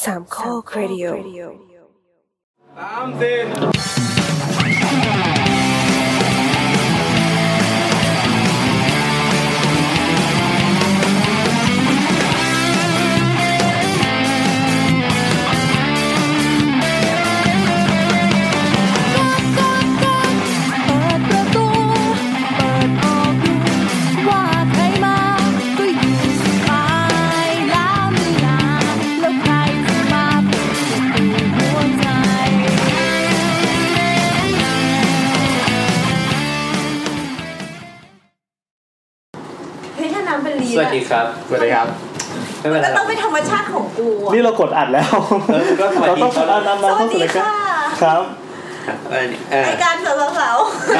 สามข้อครดิโอตามติดสวัสดีครับสวัสดีครับก็ต้องเป็นธรรมชาติของกูนี่เรากดอัดแล้วเราต้องอัดน้ำเข้าสู่รายการครับรายการสาว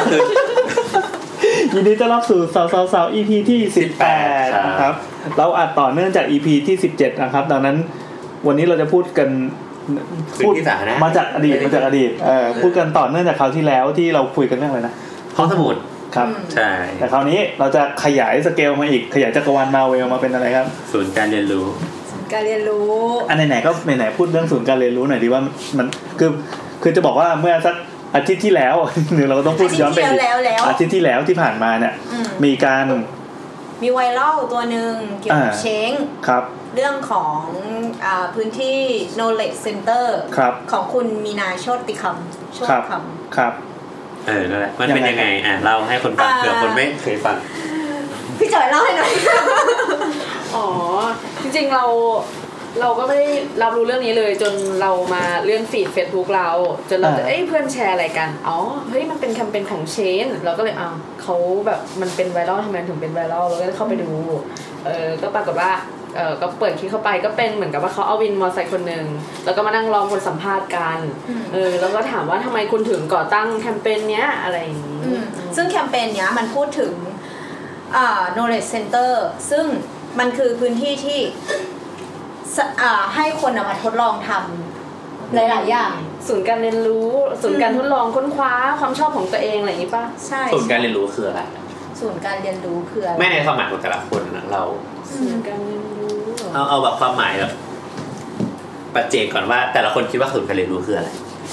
ยินดีต้อนรับสู่สาว EP ที่18นะครับเราอัดต่อเนื่องจาก EP ที่17นะครับดังนั้นวันนี้เราจะพูดกันมาจากอดีตพูดกันต่อเนื่องจากคราวที่แล้วที่เราคุยกันเรื่องอะไรนะห้องสมุดครับใช่แต่คราวนี้เราจะขยายสเกลมาอีกขยายจักรวาลมาเวลมาเป็นอะไรครับศูนย์การเรียนรู้อันไหนๆก็ไหนๆพูดเรื่องศูนย์การเรียนรู้หน่อยดีว่ามันคือจะบอกว่าเมื่อสักอาทิตย์ที่แล้วหรือเราก็ต้องพูดย้อนไปอาทิตย์ที่แล้วที่ผ่านมาเนี่ยมีไวรัลตัวนึงเกี่ยวกับเช้งครับเรื่องของพื้นที่ knowledge center ของคุณมีนาโชติคำครับนั่นแหละมันเป็นยังไงเล่าให้คนฟังเผื่อคนไม่เคยฟังพี่จอยเล่าให้หน่อยอ๋อจริงๆเราก็ไม่ได้รับรู้เรื่องนี้เลยจนเรามาเลื่อนฟีด Facebook เราจนเราจะเพื่อนแชร์อะไรกันอ๋อเฮ้ยมันเป็นแคมเปญของเชนเราก็เลยเขาแบบมันเป็นไวรัลทำไมถึงเป็นไวรัลเราก็เลยเข้าไปดูก็ปรากฏว่าก็เปิดคลิปเข้าไปก็เป็นเหมือนกับว่าเขาเอาวินมอเตอร์ไซค์คนนึงแล้วก็มานั่งรอคนสัมภาษณ์กันแล้วก็ถามว่าทำไมคุณถึงก่อตั้งแคมเปญเนี้ยอะไรอย่างนี้ซึ่งแคมเปญเนี้ยมันพูดถึงknowledge center ซึ่งมันคือพื้นที่ที่ให้คนมาทดลองทำหลายๆอย่างศูนย์การเรียนรู้ศูนย์การทดลองค้นคว้าความชอบของตัวเองอะไรอย่างนี้ป่ะใช่ศูนย์การเรียนรู้คืออะไรศูนย์การเรียนรู้คืออะไรไม่ในความหมายของแต่ละคนนะเราศูนย์การเรียนรู้เอาแบบความหมายแบบปัจเจกก่อนว่าแต่ละคนคิดว่าศูนย์การเรียนรู้คืออะไร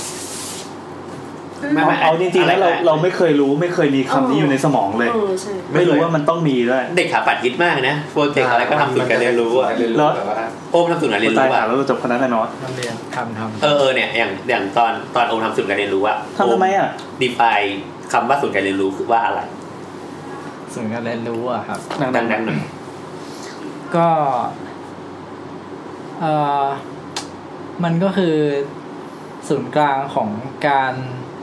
เอาจริงๆแล้วเราไม่เคยรู้ไม่เคยมีคำนี้อยู่ในสมองเลยไม่รู้ว่ามันต้องมีด้วยเด็กขาปัดฮิตมากนะโปรเจกต์อะไรก็ทำศูนย์การเรียนรู้แล้วโอมทำศูนย์การเรียนรู้แล้วเราจบคณะไหนเนาะเรียนทำเนี่ยอย่างตอนโอมทำศูนย์การเรียนรู้ทำไม define คำว่าศูนย์การเรียนรู้คือว่าอะไรศูนย์การเรียนรู้ครับดังๆหน่อยก็มันก็คือศูนย์กลางของการ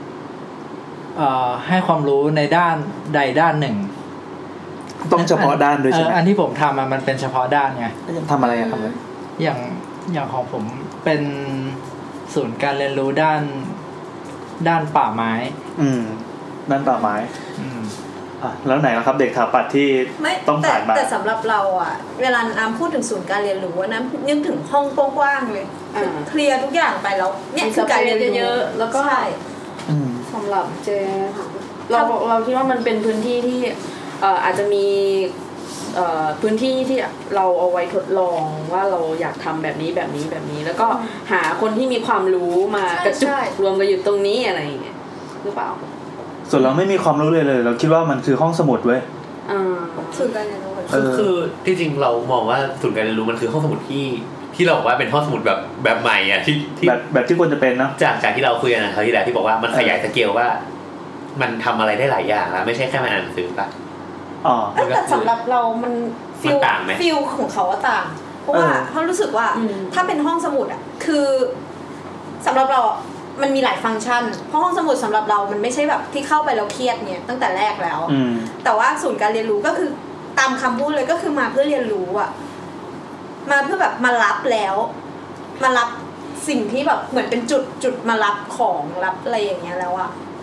ให้ความรู้ในด้านใดด้านหนึ่งต้องเฉพาะด้านด้วยใช่ไหมอันที่ผมทำมันเป็นเฉพาะด้านไงทำอะไรทำอะไรอย่างของผมเป็นศูนย์การเรียนรู้ด้านป่าไม้ด้านป่าไม้แล้วไหนล่ะครับเด็กถาปัดที่ต้องผ่านมาแต่สำหรับเราเวลาน้ำพูดถึงศูนย์การเรียนรู้น้ำนึกถึงห้องกว้างๆเลยเคลียร์ทุกอย่างไปแล้วเนี่ยคือการเรียนเยอะๆแล้วก็สำหรับเจเราคิดว่ามันเป็นพื้นที่ที่อาจจะมีพื้นที่ที่เราเอาไว้ทดลองว่าเราอยากทำแบบนี้แล้วก็หาคนที่มีความรู้มากระจุกรวมกันอยู่ตรงนี้อะไรอย่างเงี้ยหรือเปล่าส่วนเราไม่มีความรู้เลยเราคิดว่ามันคือห้องสมุดเว้ยศูนย์การเรียนรู้คือที่จริงเรามองว่าศูนย์การเรียนรู้มันคือห้องสมุดที่เราบอกว่าเป็นห้องสมุดแบบใหม่ที่แบบที่ควรจะเป็นเนาะจากที่เราคุยกันคราวที่แล้วที่บอกว่ามันขยายสเกลว่ามันทำอะไรได้หลายอย่างแล้วไม่ใช่แค่มาอ่านหนังสือป่ะแต่สำหรับเรามันฟิลของเขาต่างเพราะว่าเขารู้สึกว่าถ้าเป็นห้องสมุดคือสำหรับเรามันมีหลายฟังก์ชันเพราะห้องสมุดสำหรับเรามันไม่ใช่แบบที่เข้าไปแล้วเครียดเนี่ยตั้งแต่แรกแล้วแต่ว่าศูนย์การเรียนรู้ก็คือตามคำพูดเลยก็คือมาเพื่อเรียนรู้มาเพื่อแบบมารับแล้วมารับสิ่งที่แบบเหมือนเป็นจุดมารับของรับอะไรอย่างเงี้ยแล้ว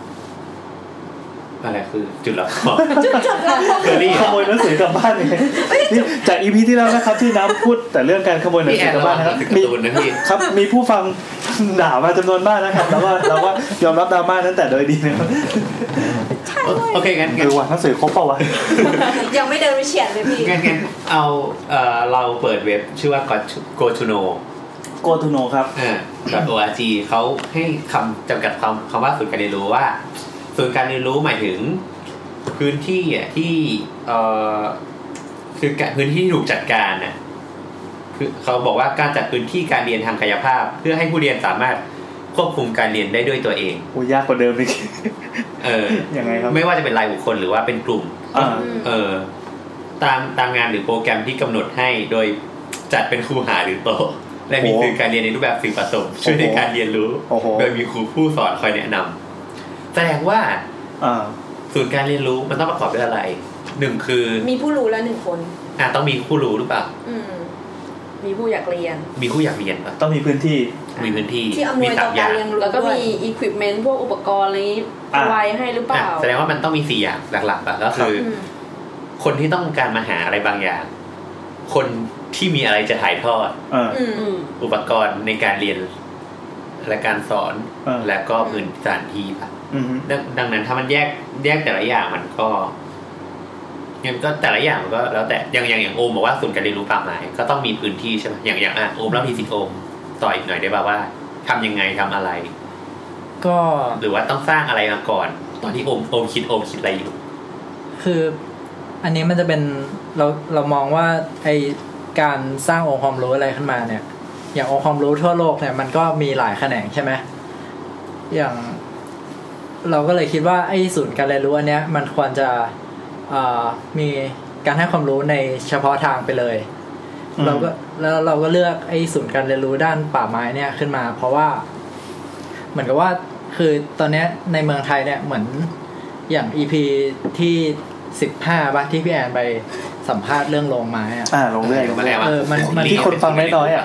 อะไรคือจุดรับของจุดรับของขโมยหนังสือกลับบ้านนี่จาก EP ที่แล้วนะครับที่น้ำพูดแต่เรื่องการขโมยหนังสือกลับบ้านนะครับมีผู้ฟังด่ามาจำนวนมากนะครับแล้วเราก็ยอมรับดราม่านั้นแต่โดยดีนะครับโอเคงั้นหนังสือครบเปล่าวะยังไม่เดินไปเฉียดเลยพี่งั้นเอาเราเปิดเว็บชื่อว่า Go to Know Go to know ครับ .org เขาให้คำจำกัดคำว่าศูนย์การเรียนรู้ว่าศูนย์การเรียนรู้หมายถึงพื้นที่ที่คือพื้นที่ที่ถูกจัดการน่ะคือเขาบอกว่าการจัดพื้นที่การเรียนทางกายภาพเพื่อให้ผู้เรียนสามารถควบคุมการเรียนได้ด้วยตัวเองโอ้ยากกว่าเดิมอีกยังไงครับไม่ว่าจะเป็นรายบุคคลหรือว่าเป็นกลุ่มตามงานหรือโปรแกรมที่กำหนดให้โดยจัดเป็นคูหาหรือโต๊ะและมีสื่อการเรียนในรูปแบบสื่อผสมช่วยในการเรียนรู้โดยมีครูผู้สอนคอยแนะนำแสดงว่าศูนย์การเรียนรู้มันต้องประกอบด้วยอะไร1คือมีผู้รู้และ1คนต้องมีผู้รู้หรือเปล่ามีผู้อยากเรียนป่ะต้องมีพื้นที่ที่อำนวยต่อการเรียนรู้แล้วก็มี equipment พวกอุปกรณ์อะไรไว้ให้หรือเปล่าแสดงว่ามันต้องมี4อย่างหลักๆก็คือคนที่ต้องการมาหาอะไรบางอย่างคนที่มีอะไรจะถ่ายทอดอุปกรณ์ในการเรียนและการสอนและก็พื้นสถานที่ป่ะดังนั้นถ้ามันแยกแต่ละอย่างมันก็แต่ละอย่างมันก็แล้วแต่อย่างโอมบอกว่าศูนย์การเรียนรู้ป่าไม้ก็ต้องมีพื้นที่ใช่ไหมอย่างโอมเล่าทีสิโอมต่ออีกหน่อยได้ป่ะว่าทำยังไงทำอะไรก็หรือว่าต้องสร้างอะไรมาก่อนตอนที่โอมคิดอะไรอยู่คืออันนี้มันจะเป็นเรามองว่าไอการสร้างองค์ความรู้อะไรขึ้นมาเนี่ยอย่างองค์ความรู้ทั่วโลกเนี่ยมันก็มีหลายแขนงใช่ไหมอย่างเราก็เลยคิดว่าไอ้ศูนย์การเรียนรู้อันเนี้ยมันควรจะมีการให้ความรู้ในเฉพาะทางไปเลยเราก็เลือกไอ้ศูนย์การเรียนรู้ด้านป่าไม้เนี่ยขึ้นมาเพราะว่าเหมือนกับว่าคือตอนนี้ในเมืองไทยเนี่ยเหมือนอย่าง EP ที่15ป่ะที่พี่แอนไปสัมภาษณ์เรื่องโรงไม้โรงเรื่อยมาแล้วมันที่คนฟังน้อย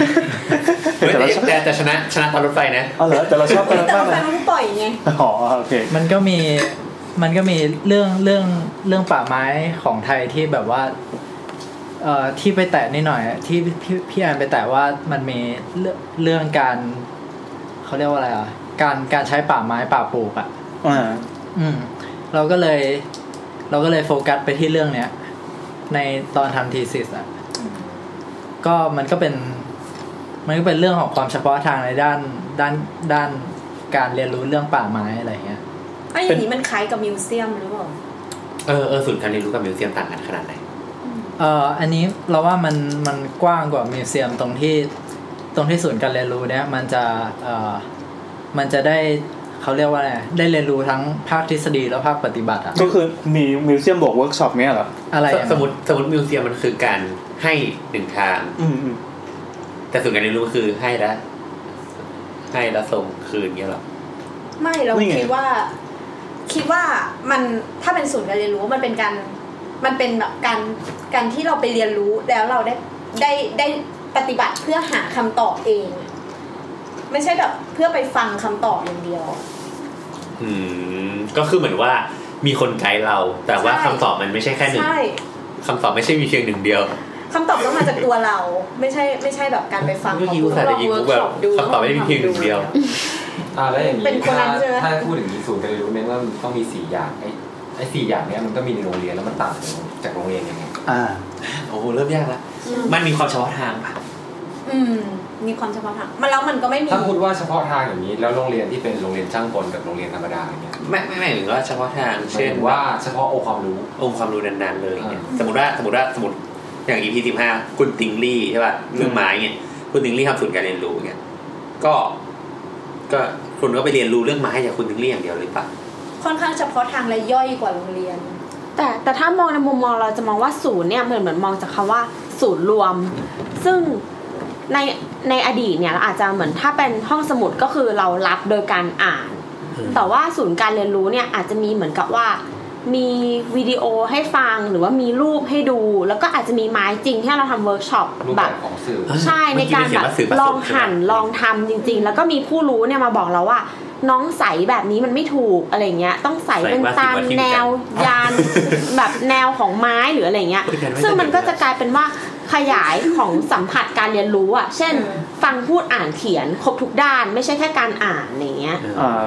แต่ชนะตอนรถไฟนะเหรอแต่เราชอบกันมากเลยมันปล่อยไงโอเคมันก็มีเรื่องป่าไม้ของไทยที่แบบว่าที่ไปแตะนิดหน่อยที่พี่แอนไปแตะว่ามันมีเรื่องการเขาเรียกว่าอะไรการใช้ป่าไม้ป่าปลูกเราก็เลยโฟกัสไปที่เรื่องเนี้ยในตอนทำทีซิสก็มันก็เป็นเรื่องของความเฉพาะทางในด้านการเรียนรู้เรื่องป่าไม้อะไรเงี้ยอย่างนี้มันคล้ายกับมิวเซียมหรือเปล่าศูนย์การเรียนรู้กับมิวเซียมต่างกันขนาดไหนอันนี้เราว่ามันกว้างกว่ามิวเซียมตรงที่ศูนย์การเรียนรู้เนี้ยมันจะได้เขาเรียกว่าอะไรได้เรียนรู้ทั้งภาคทฤษฎีและภาคปฏิบัติก็คือมีมิวเซียมบวกเวิร์กช็อปเนี้ยเหรออะไรสมมติมิวเซียมมันคือการให้1ทางแต่ศูนย์การเรียนรู้คือให้แล้วส่งคืนเงี้ยหรอไม่เราคิดว่ามันถ้าเป็นศูนย์การเรียนรู้มันเป็นแบบการที่เราไปเรียนรู้แล้วเราได้ปฏิบัติเพื่อหาคำตอบเองไม่ใช่แบบเพื่อไปฟังคำตอบอย่างเดียวก็คือเหมือนว่ามีคนไกด์เราแต่ว่าคำตอบมันไม่ใช่แค่หนึ่งคำตอบไม่ใช่มีเพียงหนึ่งเดียวคำตอบต้องมาจากตัวเราไม่ใช่แบบการไปฟังเขาพูดแต่ยิงแบบคำตอบไม่ได้มีเพียงหนึ่งเดียวแล้วอย่างนี้ถ้าพูดถึงศูนย์การเรียนรู้เนี่ยว่าต้องมี4อย่างไอ้4อย่างเนี้ยมันก็มีในโรงเรียนแล้วมันต่างจากโรงเรียนยังไงโอ้โหเริ่มยากแล้วมันมีความเฉพาะทางป่ะมีความเฉพาะทางมันก็ไม่มีถ้าพูดว่าเฉพาะทางอย่างนี้แล้วโรงเรียนที่เป็นโรงเรียนช่างกลกับโรงเรียนธรรมดาอย่างเงี้ยไม่ถึงว่าเฉพาะทางเช่นว่าเฉพาะองค์ความรู้นานๆเลยเนี่ยสมมติอย่าง EP 15คุณติงลี่ใช่ป่ะเรื่องไม้เงี้ยคุณติงลี่ทำศูนย์การเรียนรู้เงี้ยก็คุณก็ไปเรียนรู้เรื่องไม้จากคุณติงลี่อย่างเดียวหรือเปล่าค่อนข้างเฉพาะทางและย่อยกว่าโรงเรียนแต่ถ้ามองในมุมมองเราจะมองว่าศูนย์เนี่ยเหมือนมองจากคำว่าศูนย์รวมซึ่งในอดีตเนี่ยเราอาจจะเหมือนถ้าเป็นห้องสมุดก็คือเรารับโดยการอ่านแต่ว่าศูนย์การเรียนรู้เนี่ยอาจจะมีเหมือนกับว่ามีวิดีโอให้ฟังหรือว่ามีรูปให้ดูแล้วก็อาจจะมีไม้จริงที่เราทำเวิร์กช็อปแบบใช่ในการแบบลองหั่นลองทำจริงๆแล้วก็มีผู้รู้เนี่ยมาบอกเราว่าน้องใสแบบนี้มันไม่ถูกอะไรเงี้ยต้องใสเป็นตามแนวยานแบบแนวของไม้หรืออะไรเงี้ยซึ่งมันก็จะกลายเป็นว่าขยายของสัมผัสการเรียนรู้อ่ะเช่นฟังพูดอ่านเขียนครบทุกด้านไม่ใช่แค่การอ่านอย่างเงี้ย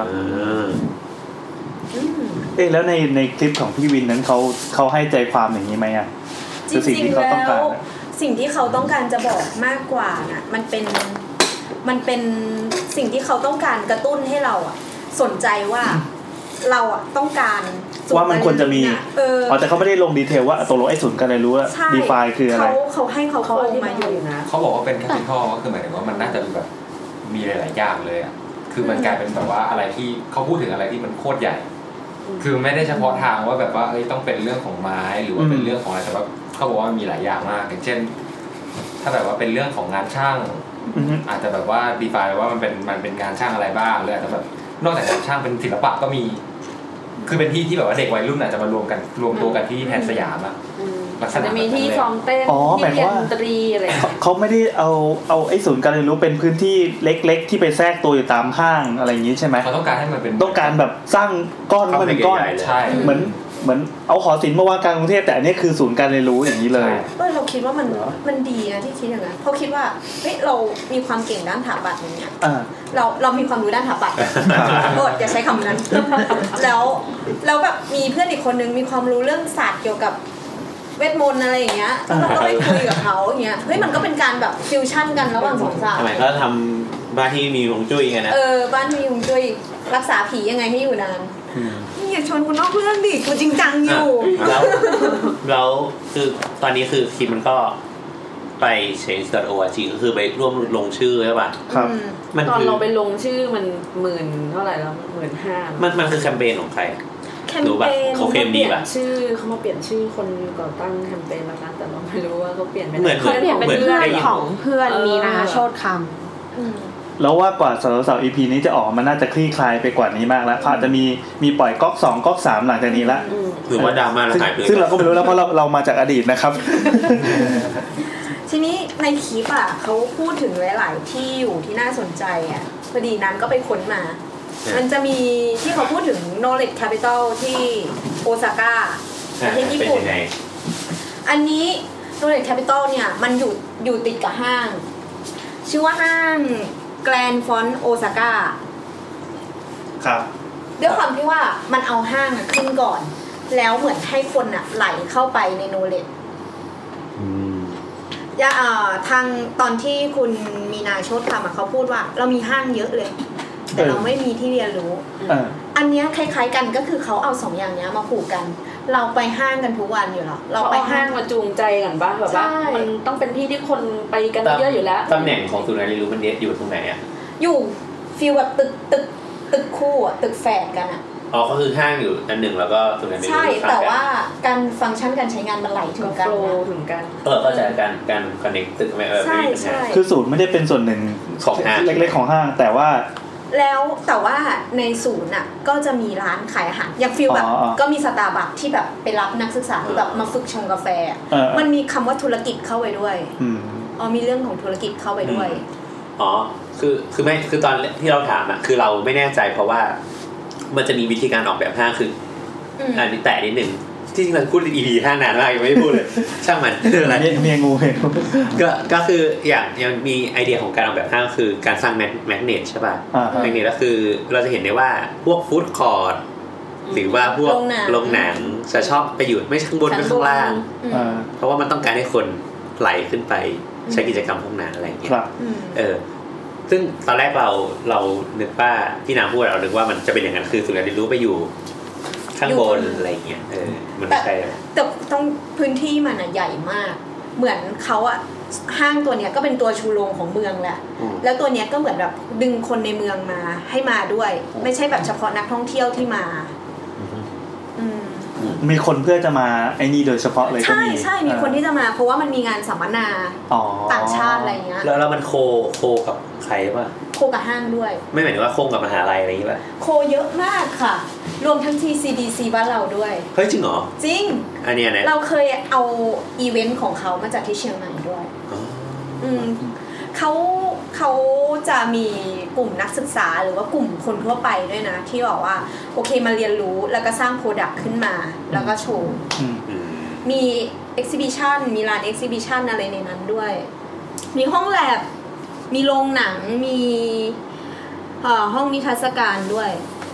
แล้วในคลิปของพี่วินนั้นเขาให้ใจความอย่างนี้ไหมอ่ะจริงๆแล้วสิ่งที่เขาต้องการจะบอกมากกว่าน่ะมันเป็นมันเป็นสิ่งที่เขาต้องการกระตุ้นให้เราอะสนใจว่าเราอะต้องการว่ามันควรจะมีแต่เขาไม่ได้ลงดีเทลว่าตกลงไอ้ศูนย์การเรียนรู้ define คืออะไรเขาให้เขาลงมาอยู่นะเขาบอกว่าเป็น capital ก็คือหมายถึงว่ามันน่าจะแบบมีหลายๆอย่างเลยอ่ะคือมันกลายเป็นแบบว่าอะไรที่เขาพูดถึงอะไรที่มันโคตรใหญ่คือไม่ได้เฉพาะทางว่าแบบว่าต้องเป็นเรื่องของไม้หรือว่าเป็นเรื่องของอะไรแต่ว่าเขาบอกว่ามีหลายอย่างมากอย่างเช่นถ้าแบบว่าเป็นเรื่องของงานช่างอาจจะแบบว่า define ว่ามันเป็นงานช่างอะไรบ้างหรืออาจจะแบบนอกจากงานช่างเป็นศิลปะก็มีคือเป็นที่ที่แบบว่าเด็กวัยรุ่นอาจจะมารวมตัวกันที่แพนสยามอะจะมีที่ซ้อมเต้นที่เรียนดนตรีอะไรเขาไม่ได้เอาไอ้ศูนย์การเรียนรู้เป็นพื้นที่เล็กๆที่ไปแทรกตัวอยู่ตามห้างอะไรอย่างนี้ใช่ไหมเขาต้องการให้มันเป็นต้องการแบบสร้างก้อนมันเป็นก้อนใช่เหมือนเอาหอศิลป์มาวางกลางกรุงเทพแต่อันนี้คือศูนย์การเรียนรู้อย่างนี้เลยเราคิดว่ามันดีนะที่คิดอย่างนั้นเพราะคิดว่าเฮ้ยเรามีความเก่งด้านสถาปัตย์อย่างเงี้ยเรามีความรู้ด้านสถาปัตย์โทษอย่าใช้คำนั้นแล้วแบบมีเพื่อนอีกคนนึงมีความรู้เรื่องศาสตร์เกี่ยวกับเวทมนต์อะไรอย่างเงี้ยแล้วเราก็ไปคุยกับเขาอย่างเงี้ยเฮ้ยมันก็เป็นการแบบฟิวชั่นกันระหว่างสองศาสตร์ทำไมก็ทำบ้านที่มีฮวงจุ้ยกันนะบ้านที่มีฮวงจุ้ยรักษาผียังไงให้อยู่นานนี่อย่าชวนกูนอกเรื่องดิกูจริงจังอยู่แล้วคือตอนนี้คือคิมมันก็ไป change.org ก็คือไปร่วมลงชื่อใช่ป่ะครับตอนเราไปลงชื่อมัน10,000เท่าไหร่แล้ว15,000 มันคือแคมเปญของใครแคมเปญเขาเปลี่ยนชื่อเขามาเปลี่ยนชื่อคนก่อตั้งแคมเปญแล้วนะแต่เราไม่รู้ว่าเขาเปลี่ยนเป็นเขาเปลี่ยนเป็นเพื่อนของเพื่อนมีนาโชติคำแล้วว่ากว่าสาว EP นี้จะออกมันน่าจะคลี่คลายไปกว่านี้มากแล้วเขาอาจจะมีปล่อยก๊อก2ก๊อก3หลังจากนี้ละหรือว่าดราม่าหายไปซึ่งเราก็ไม่รู้แล้วเพราะเรามาจากอดีตนะครับทีนี้ในคลิปอ่ะเขาพูดถึงหลายๆที่อยู่ที่น่าสนใจอ่ะพอดีน้ำก็ไปค้นมามันจะมีที่เขาพูดถึง knowledge capital ที่โอซาก้าประเทศญี่ปุ่นอันนี้ knowledge capital เนี่ยมันอยู่ติดกับห้างชื่อว่าห้าง Grand Front Osaka ครับด้วยความที่ว่ามันเอาห้างขึ้นก่อนแล้วเหมือนให้คนไหลเข้าไปใน knowledgeทางตอนที่คุณมีนาโชติคำเขาพูดว่าเรามีห้างเยอะเลยแต่เราไม่มีที่เรียนรู้อันนี้คล้ายๆกันก็คือเขาเอา2อย่างนี้มาผูกกันเราไปห้างกันทุกวันอยู่แล้วเราไปห้างมาจูงใจกันบ้างแบบว่ามันต้องเป็นที่ที่คนไปกันเยอะอยู่แล้วตำแหน่งของศูนย์การเรียนรู้มันอยู่ตรงไหนอ่ะอยู่ฟีลแบบตึกคู่อ่ะตึกแฝดกันอ่ะก็คือห้างอยู่อันหนึ่งแล้วก็ศูนย์การเรียนรู้ใช่แต่ว่าการฟังก์ชันการใช้งานมันไหลถึงกันถึงกันก็จะการคอนเนคตึกไม่ใช่คือศูนย์ไม่ได้เป็นส่วนหนึ่งของห้างเล็กๆของห้างแต่ว่าแล้วแต่ว่าในศูนย์อ่ะก็จะมีร้านขายอาหารอย่างฟิลแบบก็มีสตาร์บัคที่แบบไปรับนักศึกษาที่แบบมาฝึกชงกาแฟมันมีคำว่าธุรกิจเข้าไปด้วยมีเรื่องของธุรกิจเข้าไปด้วยคือไม่คือตอนที่เราถามคือเราไม่แน่ใจเพราะว่ามันจะมีวิธีการออกแบบห้างคืออันนี้แต่นิดหนึ่งที่จริงเราพูด EP ห้างนานมากยังไม่ได้พูดเลยช่างมันอะไรเมียงูก็คืออย่างมีไอเดียของการออกแบบห้างคือการสร้างแมกเนตใช่ป่ะแมกเนตก็คือเราจะเห็นได้ว่าพวกฟู้ดคอร์ทหรือว่าพวกโรงหนังจะชอบไปอยู่ไม่ข้างบนไม่ข้างล่างเพราะว่ามันต้องการให้คนไหลขึ้นไปใช้กิจกรรมพวกนั้นอะไรอย่างเงี้ยซึ่งตอนแรกเรานึกว่าที่น้ำพูดเรานึกว่ามันจะเป็นอย่างนั้นคือศูนย์การเรียนรู้ไปอยู่ข้างบนอะไรเงี้ยมันไม่ใช่แต่ต้องพื้นที่มันใหญ่มากเหมือนเขาห้างตัวเนี้ยก็เป็นตัวชูโรงของเมืองแหละแล้วตัวเนี้ยก็เหมือนแบบดึงคนในเมืองมาให้มาด้วยไม่ใช่แบบเฉพาะนักท่องเที่ยวที่มามีคนเพื่อจะมาไอ้นี่โดยเฉพาะเลยก็มีใช่มีคนที่จะมาเพราะว่ามันมีงานสัมมนาต่างชาติอะไรเงี้ยแล้วมันโคกับใครป่ะโคกับห้างด้วยไม่หมายถึงว่าโคกับมหาลัยอะไรอย่างงี้ป่ะโคเยอะมากค่ะรวมทั้ง TCDC บ้านเราด้วยเฮ้ยจริงเหรอจริงอันนี้นะเราเคยเอาอีเวนต์ของเขามาจากที่เชียงใหม่ด้วยเขาจะมีกลุ่มนักศึกษาหรือว่ากลุ่มคนทั่วไปด้วยนะที่บอกว่าโอเคมาเรียนรู้แล้วก็สร้างโปรดักต์ขึ้นมาแล้วก็โชว์มี exhibition มีร้าน exhibition อะไรในนั้นด้วยมีห้องแลบมีโรงหนังมีห้องนิทรรศการด้วย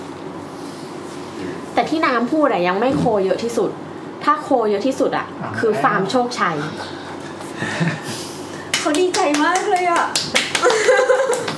แต่ที่น้ำพูดยังไม่โคเยอะที่สุดถ้าโคเยอะที่สุดคือฟาร์มโชคชัยเขาดีใจมากเลย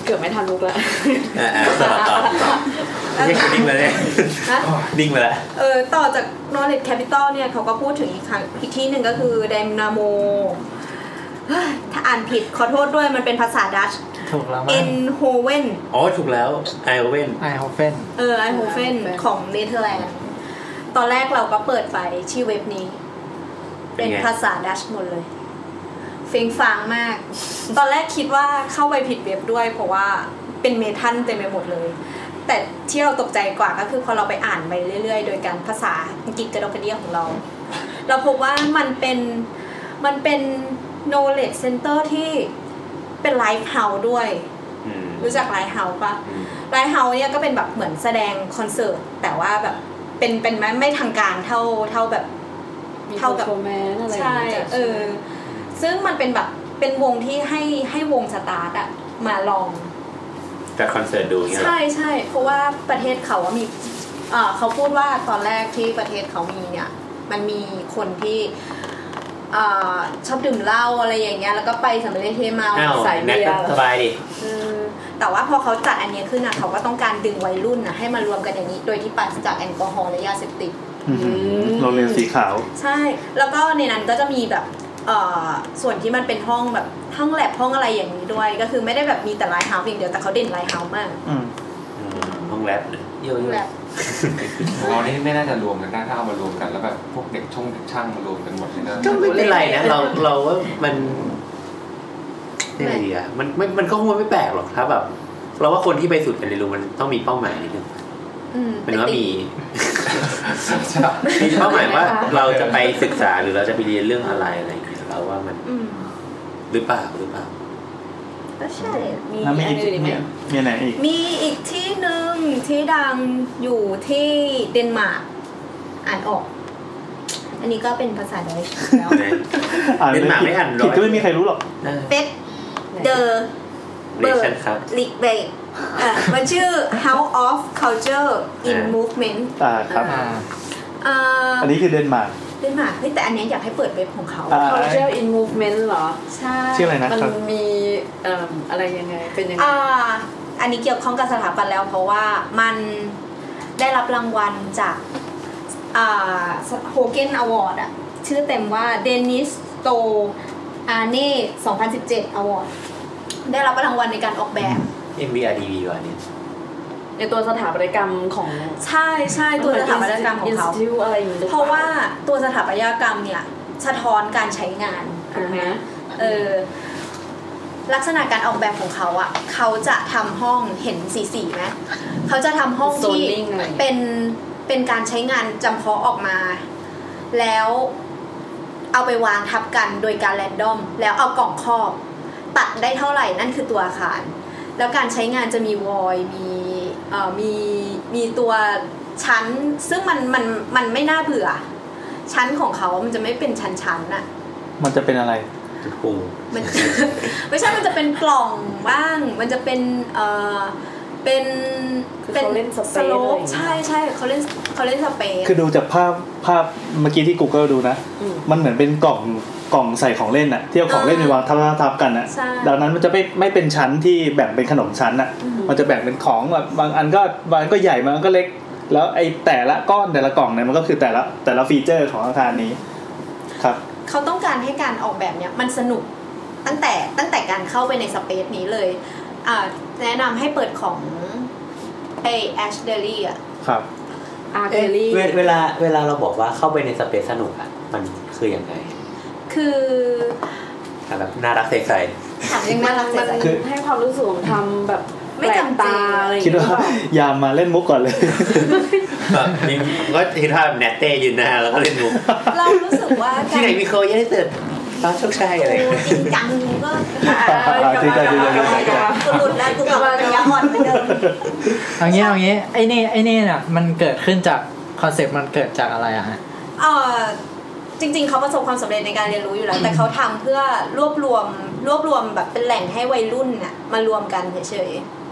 เกือบไม่ทันมุกแล้วสลับต่อนี่คือนิ่งมาเลยนิ่งมาแล้วต่อจาก Knowledge Capital เนี่ยเขาก็พูดถึงอีกที่หนึ่งก็คือ Dynamo ถ้าอ่านผิดขอโทษด้วยมันเป็นภาษาดัตช์ถูกแล้วมั้ย Eindhoven ถูกแล้ว Eindhoven Eindhoven ของเนเธอร์แลนด์ตอนแรกเราก็เปิดไปที่เว็บนี้เป็นภาษาดัตช์หมดเลยเฟ้งฟางมากตอนแรกคิดว่าเข้าไปผิดเว็บด้วยเพราะว่าเป็นเมทัลเต็มไปหมดเลยแต่ที่เราตกใจกว่าก็คือพอเราไปอ่านไปเรื่อยๆโดยการภาษาอังกฤษกระดกกระเดี่ยของเราพบว่ามันเป็น knowledge center ที่เป็นไลฟ์เฮาส์ด้วยรู้จักไลฟ์เฮาส์ปะไลฟ์เฮาส์เนี่ยก็เป็นแบบเหมือนแสดงคอนเสิร์ตแต่ว่าแบบเป็นไม่ทางการเท่าแบบใช่ซึ่งมันเป็นแบบเป็นวงที่ให้วงสตาร์ทอะมาลองจัดคอนเสิร์ตดูอย่างเงี้ยใช่เพราะว่าประเทศเขามีเขาพูดว่าตอนแรกที่ประเทศเขามีเนี่ยมันมีคนที่ชอบดื่มเหล้าอะไรอย่างเงี้ยแล้วก็ไปสำเร็จเทเมาใส่เบียร์สบายดิแต่ว่าพอเขาจัดอันนี้ขึ้นเขาก็ต้องการดึงวัยรุ่นให้มารวมกันอย่างนี้โดยที่ปราศจากแอลกอฮอล์และยาเสพติดโรงเรียนสีขาวใช่แล้วก็ในนั้นก็จะมีแบบส่วนที่มันเป็นห้องแบบห้องแลบห้องอะไรอย่างนี้ด้วยก็คือไม่ได้แบบมีแต่ไลท์เฮาส์อย่างเดียวแต่เขาเด่นไลท์เฮาส์มากห้องแลบเยอะๆเรานี่ไม่น่าจะรวมกันได้ถ้าเอามารวมกันแล้วแบบพวกเด็กช่างมารวมกันหมดเลยนะก็ไม่เป็นไรนะเราว่ามันนี่ไงดีอะมันก็คงไม่แปลกหรอกถ้าแบบเราว่าคนที่ไปสุดการเรียนรู้มันต้องมีเป้าหมายนิดนึงเป็นว่ามีเป้าหมายว่าเราจะไปศึกษาหรือเราจะไปเรียนเรื่องอะไรอย่างเงี้ยเราว่ามันหรือเปล่าก็ใช่มีอันอื่นอีกไหมมีไหนอีกมีอีกที่หนึ่งที่ดังอยู่ที่เดนมาร์กอ่านออกอันนี้ก็เป็นภาษาดอยช์แล้วเดนมาร์กไม่อ่านผิดก็ไม่มีใครรู้หรอกเป็ดเดอเบิร์ดลิกเบย์มันชื่อ House of Culture in Movement ครับอันนี้คือเดนมาร์กแต่อันนี้อยากให้เปิดเว็บของเขา Culture in Movement เหรอใช่ชื่ออะไรนะมันมีอะไรยังไงเป็นยังไงอันนี้เกี่ยวข้องกับสถาปัตย์แล้วเพราะว่ามันได้รับรางวัลจากโฮเกนอวอร์ดชื่อเต็มว่าเดนิสโตอาเน่2017 Award ได้รับรางวัลในการออกแบบ MBRDV ว่ะนี่ในตัวสถาปัตยกรรมของใช่ตัวสถาปัตยกรรมของเขาเพราะว่าตัวสถาปัตยกรรมเนี่ยสะท้อนการใช้งานถูกไหมลักษณะการออกแบบของเขาเขาจะทำห้องเห็นสีไหมเขาจะทำห้องที่เป็นการใช้งานจำเพาะออกมาแล้วเอาไปวางทับกันโดยการแรนดอมแล้วเอากล่องครอบตัดได้เท่าไหร่นั่นคือตัวอาคารแล้วการใช้งานจะมีวอยมีตัวชั้นซึ่งมันไม่น่าเบื่อชั้นของเขามันจะไม่เป็นชั้นน่ะมันจะเป็นอะไรปูมันไม่ใช่มันจะเป็นกล่องบ้างมันจะเป็นเป็นสโลปใช่เขาเล่นสเปซคือดูจากภาพเมื่อกี้ที่ Google ดูนะมันเหมือนเป็นกล่องใส่ของเล่นที่เอาของเล่นไปวางทับกันดังนั้นมันจะไม่เป็นชั้นที่แบ่งเป็นขนมชั้นมันจะแบ่งเป็นของแบบบางอันก็ใหญ่บางอันก็เล็กแล้วไอ้แต่ละก้อนแต่ละกล่องเนี่ยมันก็คือแต่ละฟีเจอร์ของอาคารนี้ครับเขาต้องการให้การออกแบบเนี่ยมันสนุกตั้งแต่การเข้าไปในสเปซนี้เลยแนะนำให้เปิดของแอชเดลี่ครับเวลาเราบอกว่าเข้าไปในสเปซสนุกมันคือยังไงคือแบบน่ารักใสๆถามยังน่ารักใสๆคือให้ความรู้สึกของทำแบบไม่จำตาอะไรคิดว่ายามมาเล่นมุกก่อนเลยนี่ก็คิดว่าแนตเต้ยืนหน้าแล้วก็เล่นมุกเรารู้สึกว่าที่ไหนมีโคยังได้เติร์ดตอนโชคชัยอะไรจริงจังก็จริงหลุดแล้วกูกลับมาเป็นยาอ่อนเหมือนเดิมเอางี้ไอ้นี่น่ะมันเกิดขึ้นจากคอนเซ็ปต์มันเกิดจากอะไรฮะจริงๆเขาประสบความสำเร็จในการเรียนรู้อยู่แล้วแต่เขาทำเพื่อรวบรวมแบบเป็นแหล่งให้วัยรุ่นมารวมกันเฉย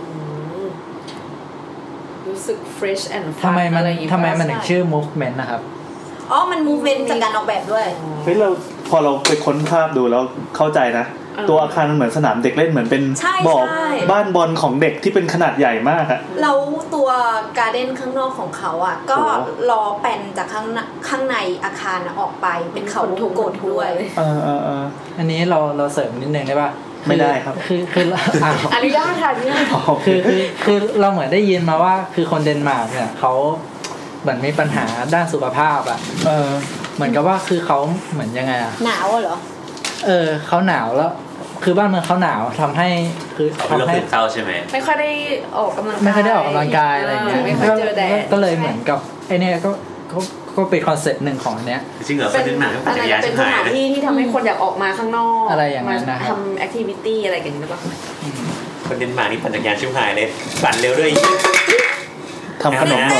ๆรู้สึก fresh and fun ทำไมมันถึงชื่อ movement นะครับมัน movement จากการออกแบบด้วยเฮ้ยพอเราไปค้นภาพดูแล้วเข้าใจนะตัวอาคารมันเหมือนสนามเด็กเล่นเหมือนเป็นบ่อบ้านบอลของเด็กที่เป็นขนาดใหญ่มากอะแล้วตัวการ์เด้นข้างนอกของเขาอะก็ล้อแปนจากข้างในอาคารออกไปเป็นเขาวงกลมด้วยอันนี้เราเสริมนิดนึงได้ป่ะไม่ได้ครับคืออนุญาตค่ะเนี่ยคือเราเหมือนได้ยินมาว่าคือคนเดนมาร์กเนี่ยเขาเหมือนมีปัญหาด้านสุขภาพอ่ะเหมือนกับว่าคือเขาเหมือนยังไงอ่ะหนาวเหรอเขาหนาวแล้วคือบ้านเมืองเขาหนาวทำให้คือทำให้เศร้าใช่ไหมไม่ค่อยได้ออกกำลังกายไม่ค่อยได้ออกกำลังกายอะไรเงี้ยไม่ค่อยเจอแดดก็เลยเหมือนกับไอเนี้ยก็เป็นคอนเซ็ปต์หนึ่งของอันเนี้ยจริงเหรอเป็นหนังเป็นจักรยานเป็นสถานที่ที่ทำให้คนอยากออกมาข้างนอกอะไรอย่างนั้นนะทำแอคทิวิตี้อะไรกันหรือเปล่าคนเดนมาร์กนี่ปั่นจักรยานชิบหายเลยปั่นเร็วด้วยทำขนมหมด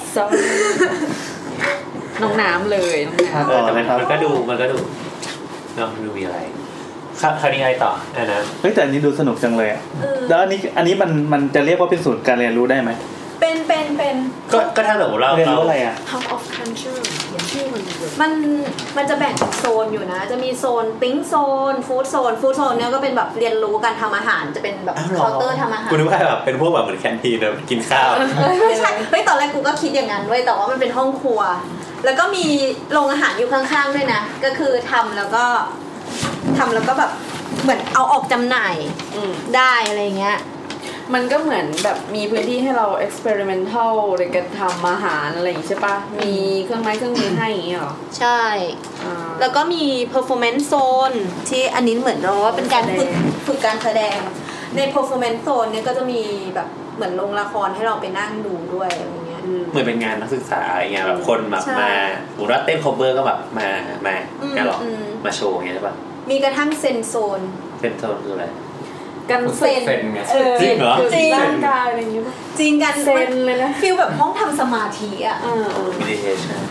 น้องน้ำเลยน้องน้ำแต่มันก็ดูน้องดูมีอะไรคราวนี้ไงต่อนะเฮ้ยแต่อันนี้ดูสนุกจังเลยอ่ะแล้วอันนี้มันจะเรียกว่าเป็นศูนย์การเรียนรู้ได้ไหมเป็นก็ถ้าเราเรียนรู้อะไรอ่ะ Hub of Culture อย่างชื่อมันจะแบ่งโซนอยู่นะจะมีโซนปิ้งโซนฟู้ดโซนเนี่ยก็เป็นแบบเรียนรู้การทำอาหารจะเป็นแบบเคาน์เตอร์ทำอาหารกูนึกว่าแบบเป็นพวกแบบเหมือนแคนทีนนะกินข้าวไม่ใช่เฮ้ยตอนแรกกูก็คิดอย่างนั้นเว้ยแต่ว่ามันเป็นห้องครัวแล้วก็มีโรงอาหารอยู่ข้างๆด้วยนะก็คือทำแล้วก็แบบเหมือนเอาออกจำหน่ายได้อะไรเงี้ยมันก็เหมือนแบบมีพื้นที่ให้เรา experimental ในการทำอาหารอะไรอย่างนี้ใช่ปะมีเครื่องไม้เครื่องมือให้อย่างนี้หรอใช่แล้วก็มี performance zone ที่อันนี้เหมือนเราว่าเป็นการฝึกการแสดงใน performance zone เนี่ยก็จะมีแบบเหมือนโรงละครให้เราไปนั่งดูด้วยอะไรเงี้ยเหมือนเป็นงานนักศึกษาอะไรเงี้ยแบบคนแบบมาสมมติว่าเต้น cover ก็แบบมาการหรอมาโชว์อย่างเงี้ยใช่ปะมีกระทั่งเซนโซนคืออะไรกันเซนจริงเหรอจริงร่างกายอะไรอย่างเงี้ยจริงกันเซนเลยนะฟีลแบบห้องทำสมาธิอ่ะ meditation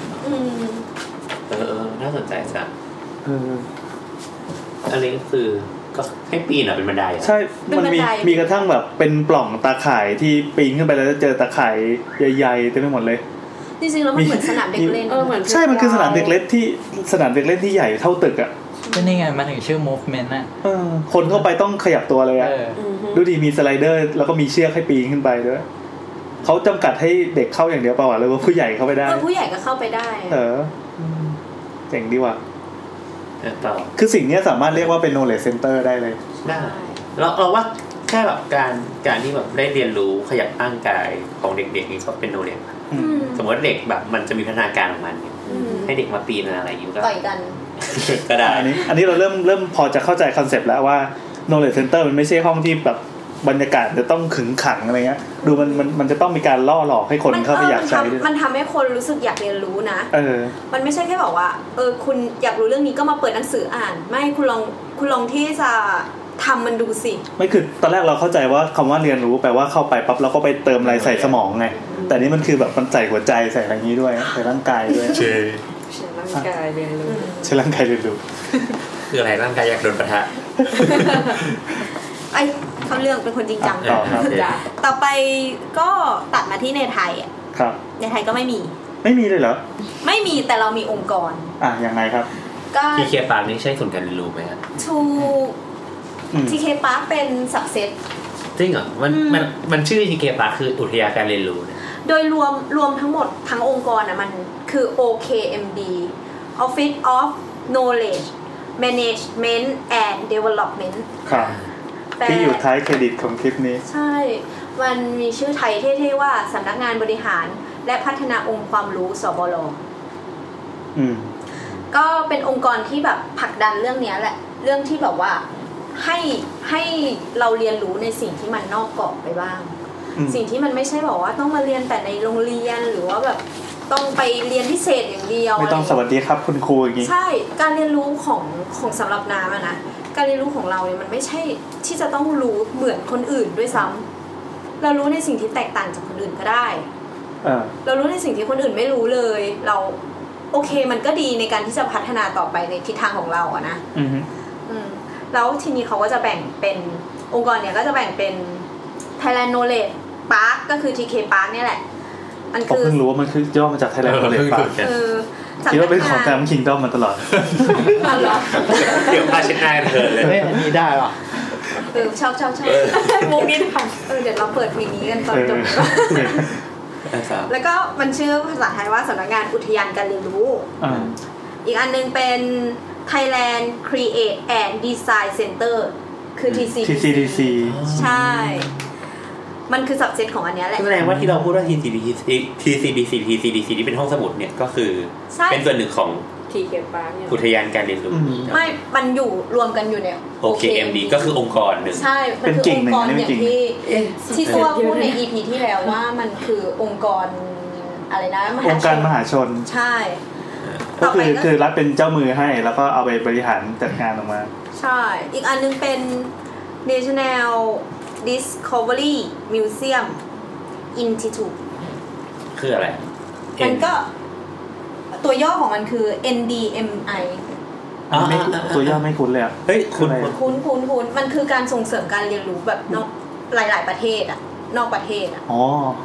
น่าสนใจจังอะไรก็คือก็ให้ปีนเป็นบันไดใช่มันมีกระทั่งแบบเป็นปล่องตาข่ายที่ปีนขึ้นไปแล้วจะเจอตาข่ายใหญ่ๆเต็มไปหมดเลยจริงๆแล้วมันเหมือนสนามเด็กเล่นใช่มันคือสนามเด็กเล่นที่ใหญ่เท่าตึกอ่ะก็นี่ไงมันถึงชื่อ movement น่ะคนเข้าไปต้องขยับตัวเลยอ่ะดูดีมีสไลเดอร์แล้วก็มีเชือกให้ปีนขึ้นไปด้วยเขาจำกัดให้เด็กเข้าอย่างเดียวเปล่าหรือว่าผู้ใหญ่เข้าไปได้ผู้ใหญ่ก็เข้าไปได้เจ๋งดีว่ะคือสิ่งนี้สามารถเรียกว่าเป็น knowledge center ได้เลยได้เราว่าแค่แบบการที่แบบได้เรียนรู้ขยับร่างกายของเด็กๆนี่ก็เป็น knowledge สมมติว่าเด็กแบบมันจะมีพัฒนาการของมันให้เด็กมาปีนอะไรอยู่ก็ต่อยกันก็ได้อันนี้เราเริ่มพอจะเข้าใจคอนเซปต์แล้วว่า knowledge center มันไม่ใช่ห้องที่แบบบรรยากาศจะต้องขึงขังอะไรเงี้ยดูมันจะต้องมีการล่อหลอกให้คนเข้าไปอยากใช้มันทำให้คนรู้สึกอยากเรียนรู้นะมันไม่ใช่แค่บอกว่าคุณอยากรู้เรื่องนี้ก็มาเปิดหนังสืออ่านไม่คุณลองที่จะทำมันดูสิไม่คือตอนแรกเราเข้าใจว่าคำว่าเรียนรู้แปลว่าเข้าไปปั๊บแล้วก็ไปเติมอะไรใส่สมองไงแต่นี่มันคือแบบมันใส่หัวใจใส่อะไรอย่างนี้ด้วยใส่ร่างกายด้วยใช่ร่างกายเรียนรู้ใช่ร่างกายเรียนรู้คืออะไรร่างกายอยากโดนปะทะไอ้เขาเรื่องเป็นคนจริงจังต่อไปก็ตัดมาที่ในไทยครับในไทยก็ไม่มีเลยเหรอไม่มีแต่เรามีองค์กรยังไงครับก็ทีเคปาร์คนี่ใช่ศูนย์การเรียนรู้ไหมครับถูกทีเคปาร์คเป็นสักเซสจริงเหรอมันชื่อทีเคปาร์คคืออุทยานการเรียนรู้โดยรวมทั้งหมดทั้งองค์กรมันคือ OKMD Office of Knowledge Management and Development ครับที่อยู่ท้ายเครดิตของคลิปนี้ใช่มันมีชื่อไทยเท่ๆว่าสำนักงานบริหารและพัฒนาองค์ความรู้สบล.ก็เป็นองค์กรที่แบบผลักดันเรื่องนี้แหละเรื่องที่แบบว่าให้เราเรียนรู้ในสิ่งที่มันนอกกรอบไปบ้างสิ่งที่มันไม่ใช่บอกว่าต้องมาเรียนแต่ในโรงเรียนหรือว่าแบบต้องไปเรียนพิเศษอย่างเดียวไม่ต้องสวัสดีครับคุณครูอย่างนี้ใช่การเรียนรู้ของสำหรับน้ำนะการเรียนรู้ของเราเนี่ยมันไม่ใช่ที่จะต้องรู้เหมือนคนอื่นด้วยซ้ำเรารู้ในสิ่งที่แตกต่างจากคนอื่นก็ได้เรารู้ในสิ่งที่คนอื่นไม่รู้เลยเราโอเคมันก็ดีในการที่จะพัฒนาต่อไปในทิศทางของเราอะนะแล้วทีนี้เขาก็จะแบ่งเป็นองค์กรเนี่ยก็จะแบ่งเป็น Thailand Knowledge Park ก็คือ TK Park เนี่ยแหละมันคือเพิ่งรู้ว่ามันคือย่อมาจาก Thailand Knowledge Park คิดว่าเป็นของทางคิงดอมมาตลอดเดี๋ยวพาเช็ดหน้าเธอเลยอันนี้ได้ป่ะชอบวงนี้ค่ะเดี๋ยวเราเปิดเพลงนี้กันตอนจบแล้วก็มันชื่อภาษาไทยว่าสำนักงานอุทยานการเรียนรู้อีกอันนึงเป็น Thailand Create and Design Center คือ TCDC ใช่มันคือ subset ของอันนี้แหละแสดงว่าที่เราพูดว่า TCDC ที่เป็นห้องสมุดเนี่ยก็คือเป็นส่วนหนึ่งของอุทยานการเรียนรู้ไม่มันอยู่รวมกันอยู่ใน OKMD ก็คือองค์กรหนึ่งใช่มันคือองค์กรอย่างที่ตัวพูดใน EP ที่แล้วว่ามันคือองค์กรอะไรนะองค์การมหาชนใช่ก็คือรัฐเป็นเจ้ามือให้แล้วก็เอาไปบริหารจัดการออกมาใช่อีกอันนึงเป็น National Discovery Museum Institute คืออะไรมันก็ตัวย่อของมันคือ NDMI ตัวย่อไม่คุ้นเลยเฮ้ยคุ้นมันคือการส่งเสริมการเรียนรู้แบบนอกหลายๆประเทศนอกประเทศอ๋อ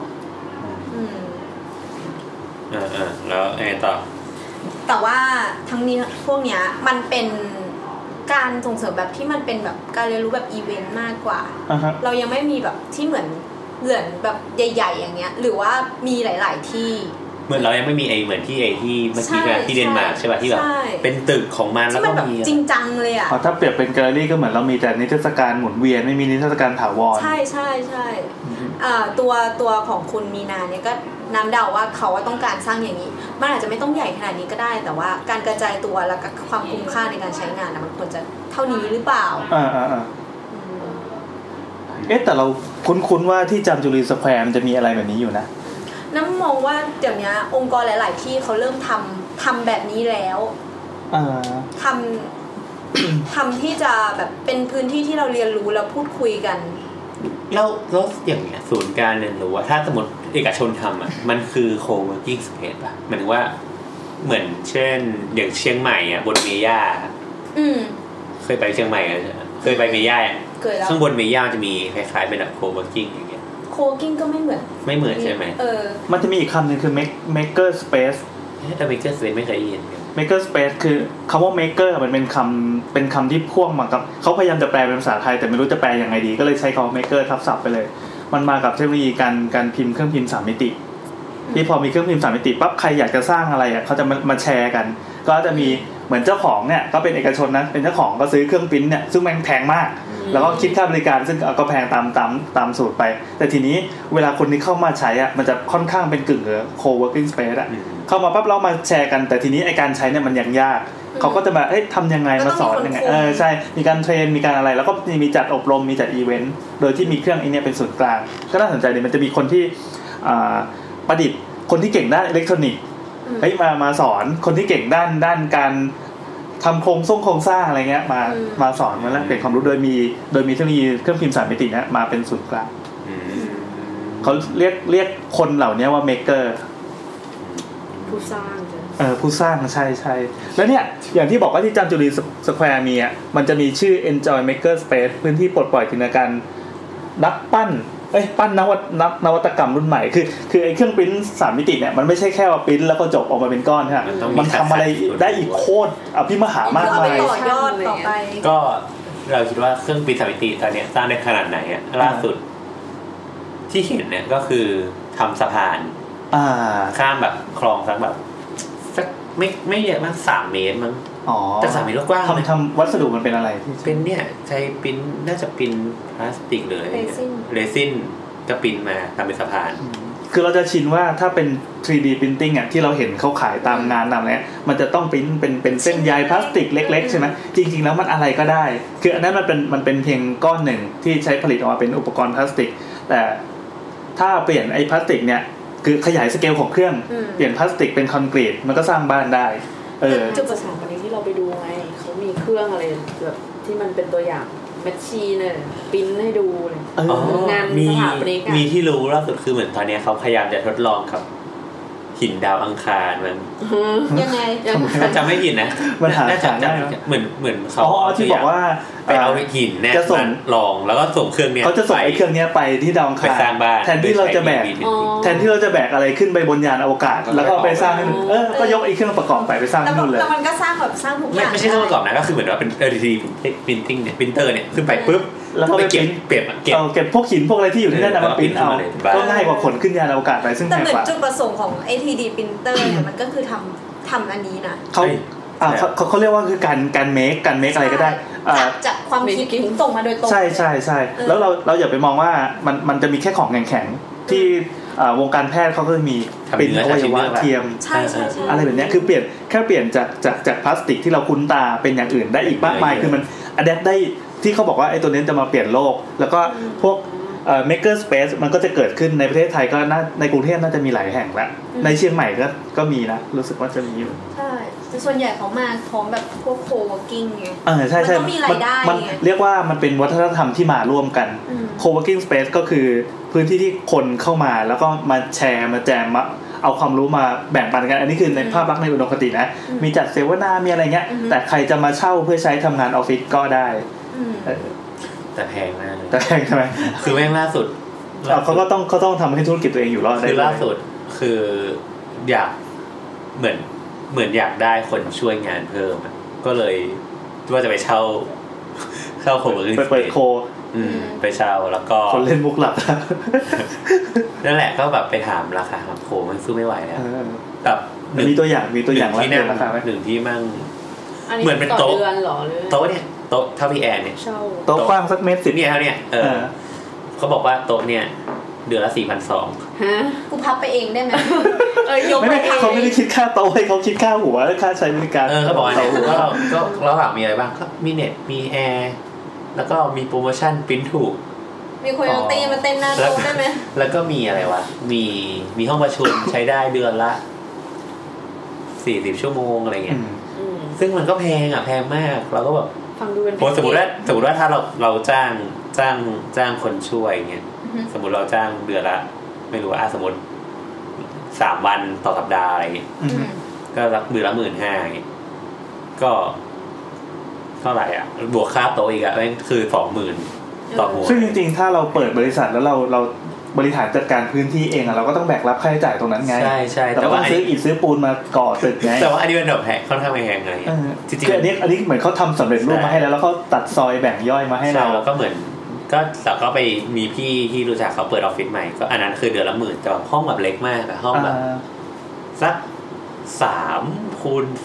แล้วไงต่อแต่ว่าทั้งนี้พวกเนี้ยมันเป็นการส่งเสริมแบบที่มันเป็นแบบการเรียนรู้แบบอีเวนต์มากกว่า เรายังไม่มีแบบที่เหมือนแบบใหญ่ๆอย่างเงี้ยหรือว่ามีหลายๆที่เหมือนเรายังไม่มีเหมือนที่เมื่อกี้ที่เดนมาร์กใช่ป่ะที่แบบเป็นตึกของมันแล้วก็มีจริงจังเลยอ่ะถ้าเปรียบเป็นแกลเลอรี่ก็เหมือนเรามีแต่นิทรรศการหมุนเวียนไม่มีนิทรรศการถาวรใช่ตัวของคุณมีนาเนี่ยก็น้ำเดาว่าเขาต้องการสร้างอย่างนี้มันอาจจะไม่ต้องใหญ่ขนาดนี้ก็ได้แต่ว่าการกระจายตัวและความคุ้มค่าในการใช้งานมันควรจะเท่านี้หรือเปล่าแต่เราคุ้นว่าที่จามจุรีสแควร์มันจะมีอะไรแบบนี้อยู่นะน้ำมองว่าเดี๋ยวนี้องค์กรหลายๆที่เขาเริ่มทำแบบนี้แล้วทำที่จะแบบเป็นพื้นที่ที่เราเรียนรู้แล้วพูดคุยกันแล้วอย่างเงี้ยศูนย์การเรียนรู้ว่าถ้าสมมติเอกชนทำอ่ะมันคือ co-working space ป่ะหมายถึงว่าเหมือนเช่นอย่างเชียงใหม่อ่ะบนเมย่าเคยไปเชียงใหม่กันเคยไปเมย่าข้างบนเมย่าจะมีคล้ายๆเป็นแบบ co-working อย่างเงี้ย co-working ก็ไม่เหมือนใช่ไหมมันจะมีอีกคำหนึ่งคือ maker space แต่ maker space ไม่เคยเห็น maker space คือคำว่า maker มันเป็นคำที่พ่วงมากับเขาพยายามจะแปลเป็นภาษาไทยแต่ไม่รู้จะแปลยังไงดีก็เลยใช้คำว่า maker ทับศัพท์ไปเลยมันมากับเทคโนโลยีการพิมพ์เครื่องพิมพ์3มิติที่พอมีเครื่องพิมพ์3มิติปั๊บใครอยากจะสร้างอะไรอ่ะเขาจะมาแชร์กันก็จะมีเหมือนเจ้าของเนี่ยก็เป็นเอกชนนะเป็นเจ้าของก็ซื้อเครื่องพิมพ์เนี่ยซึ่งแพงมากแล้วก็คิดค่าบริการซึ่งก็แพงตามสูตรไปแต่ทีนี้เวลาคนที่เข้ามาใช้อ่ะมันจะค่อนข้างเป็นกึ่งco-working space อ่ะเข้ามาปั๊บเรามาแชร์กันแต่ทีนี้ไอการใช้เนี่ยมันยังยากเขาก็จะมาทำยังไงมาสอนยังไงใช่มีการเทรนมีการอะไรแล้วก็มีจัดอบรมมีจัดอีเวนต์โดยที่มีเครื่องไอเนี่ยเป็นศูนย์กลางก็น่าสนใจดีมันจะมีคนที่ประดิษฐ์คนที่เก่งด้านอิเล็กทรอนิกส์มาสอนคนที่เก่งด้านการทำโครงสร้างอะไรเงี้ยมาสอนมาแล้วเปลี่ยนความรู้โดยมีเทคโนโลยีเครื่องพิมพ์3มิตินะมาเป็นศูนย์กลางเขาเรียกคนเหล่านี้ว่าเมกเกอร์ผู้สร้างผู้สร้างใช่แล้วเนี่ยอย่างที่บอกว่าที่จามจุรีสแควร์มีอ่ะมันจะมีชื่อ Enjoy Maker Space พื้นที่ปลดปล่อยจินตนาการนักปั้นนวัตกรรมรุ่นใหม่คือไอ้เครื่องปริ้น3มิติเนี่ยมันไม่ใช่แค่ว่าปริ้นแล้วก็จบออกมาเป็นก้อนใช่มั้ยมันทำอะไรได้อีกโคตรอภิมหามากมายต่อยอดต่อไปก็เราคิดว่าเครื่องปริ้น3มิติตอนนี้สร้างได้ขนาดไหนอ่ะล่าสุดที่เห็นเนี่ยก็คือทำสะพานข้ามแบบคลองสักแบบสักไม่เยอะมาก3เมตรมั้งแต่3เมตรกว้างทำวัสดุมันเป็นอะไรเป็นเนี่ยใช้ปริ้นน่าจะปริ้นพลาสติกเลยเรซินก็ปริ้นมาทำเป็นสะพานคือเราจะชินว่าถ้าเป็น 3D printing อ่ะที่เราเห็นเขาขายตามงานตามนี้มันจะต้องปริ้นเป็นเส้นใยพลาสติกเล็กๆใช่ไหมจริงๆแล้วมันอะไรก็ได้คืออันนั้นมันเป็นเพียงก้อนหนึ่งที่ใช้ผลิตออกมาเป็นอุปกรณ์พลาสติกแต่ถ้าเปลี่ยนไอ้พลาสติกเนี่ยคือขยายสเกลของเครื่องเปลี่ยนพลาสติกเป็นคอนกรีตมันก็สร้างบ้านได้จุดประสงค์วันนี้ที่เราไปดูไงเขามีเครื่องอะไรแบบที่มันเป็นตัวอย่างแมชชีนเนี่ยปิ้นให้ดูเลยงานสถาปนิกมีที่รู้ล่าสุดคือเหมือนตอนนี้เขาพยายามจะทดลองกับหินดาวอังคารมันยังไงถ้าจำไม่ผิดนะมันหาได้เหมือนเขาที่บอกว่าไปเอาหินเนี่ยลองแล้วก็ส่งเครื่องเนี่ยเขาจะส่งไอ้เครื่องนี้ไปที่ดาวอังคารแทนที่เราจะแบกอะไรขึ้นไปบนยานอวกาศแล้วก็ไปสร้างให้มันก็ยกไอ้เครื่องประกอบไปสร้างนู่นเลยแล้วมันก็สร้างแบบสร้างทุกอย่างไม่ใช่เครื่องประกอบนะก็คือเหมือนว่าเป็น 3D printing เนี่ย printer เนี่ยขึ้นไปปุ๊บแล้วก็ไปเก็บพวกหินพวกอะไรที่อยู่ที่นั่นมาพิมพ์เอาก็ง่ายกว่าขนขึ้นยานอวกาศไปซึ่งแพงกว่าแต่จุดประสงค์ของ 3D printer เนี่ยมันก็คือทำอันนี้นะเขาเรียกว่าคือการเมคอะไรก็ได้จากความคิดส่งมาโดยตรงใช่แล้วเราอย่าไปมองว่ามันจะมีแค่ของแข็งๆที่วงการแพทย์เขาก็มีเป็นอวัยวะเทียมอะไรแบบนี้คือเปลี่ยนจากพลาสติกที่เราคุ้นตาเป็นอย่างอื่นได้อีกมากมายคือมันอะแดปได้ที่เขาบอกว่าไอ้ตัวนี้จะมาเปลี่ยนโลกแล้วก็พวกmaker space มันก็จะเกิดขึ้นในประเทศไทยก็ในกรุงเทพน่าจะมีหลายแห่งแล้วในเชียงใหม่ก็มีนะรู้สึกว่าจะมีอยู่ใช่แต่ส่วนใหญ่เขามาพร้อมแบบพวก co-working ไงใช่มันก็มีรายได้มันเรียกว่ามันเป็นวัฒนธรรมที่มาร่วมกัน co-working space ก็คือพื้นที่ที่คนเข้ามาแล้วก็มาแชร์มาแจมมาเอาความรู้มาแบ่งปันกันอันนี้คือในภาพลักษณ์ในอุดมคตินะมีจัดเสวนามีอะไรเงี้ยแต่ใครจะมาเช่าเพื่อใช้ทำงานออฟฟิศก็ได้แต่แพงมากเลยแต่แพงใช่ไหมคือแม่งล่าสุดเขาต้องทำให้ธุรกิจตัวเองอยู่รอดได้คือล่าสุดคืออยากเหมือนอยากได้คนช่วยงานเพิ่มก็เลยว่าจะไปเช่าโคไปเปิดโคไปเช่าแล้วก็คนเล่นมุกหลับนั่นแหละก็แบบไปถามราคาโคมันสู้ไม่ไหวแล้วแบบมีตัวอย่างที่นั่งหนึ่งที่มั่งเหมือนเป็นโต๊ะโต๊ะเนี่ยโต๊ะเท่าพี่แอนเนี่ยโต๊ะกว้างสัก1.10 เนี่ยเท่าเนี่ยเขาบอกว่าโต๊ะเนี่ยเดือนละ 4,200 ฮะกูพับไปเองได้ไหมยกไปเองเขาไม่ได้คิดค่าโต๊ะให้เขาคิดค่าหัวและค่าใช้บริการเขาบอกเนี่ยก็ระหว่างมีอะไรบ้างก็มีเน็ตมีแอร์แล้วก็มีโปรโมชั่นปริ้นถูกมีโคโยตี้มาเต้นหน้าโต๊ะได้ไหมแล้วก็มีอะไรวะมีห้องประชุมใช้ได้เดือนละ40 ชั่วโมงอะไรเงี้ยซึ่งมันก็แพงมากเราก็แบบฟังดูเป็นสมมติว่าถ้าเราจ้างคนช่วยเงี้ยสมมติเราจ้างเดือนละไม่รู้ว่าสมมติ3 วันต่อสัปดาห์อะไรเงี้ยก็รับเดือนละ 15,000 อย่างเงี้ยก็เท่าไหร่บวกค่าโต๊ะอีกนั่นคือ 20,000 ต่อหัวซึ่งจริงๆถ้าเราเปิดบริษัทแล้วเราบริหารจัดการพื้นที่เองเราก็ต้องแบกรับค่าใช้จ่ายตรงนั้นไงใช่แต่ว่าซื้ออิฐซื้อปูนมาก่อตึกไงแต่ว่าอันนี้มันแบบแพงค่อนข้างแพงไงจริงๆอันนี้เหมือนเขาทำสำเร็จรูปมาให้แล้วเขาตัดซอยแบ่งย่อยมาให้เราแล้วก็เหมือนก็ไปมีพี่ที่รู้จักเขาเปิดออฟฟิศใหม่ก็อันนั้นคือเดือนละ 10,000แต่ห้องแบบเล็กมากห้องแบบสัก3 คูณ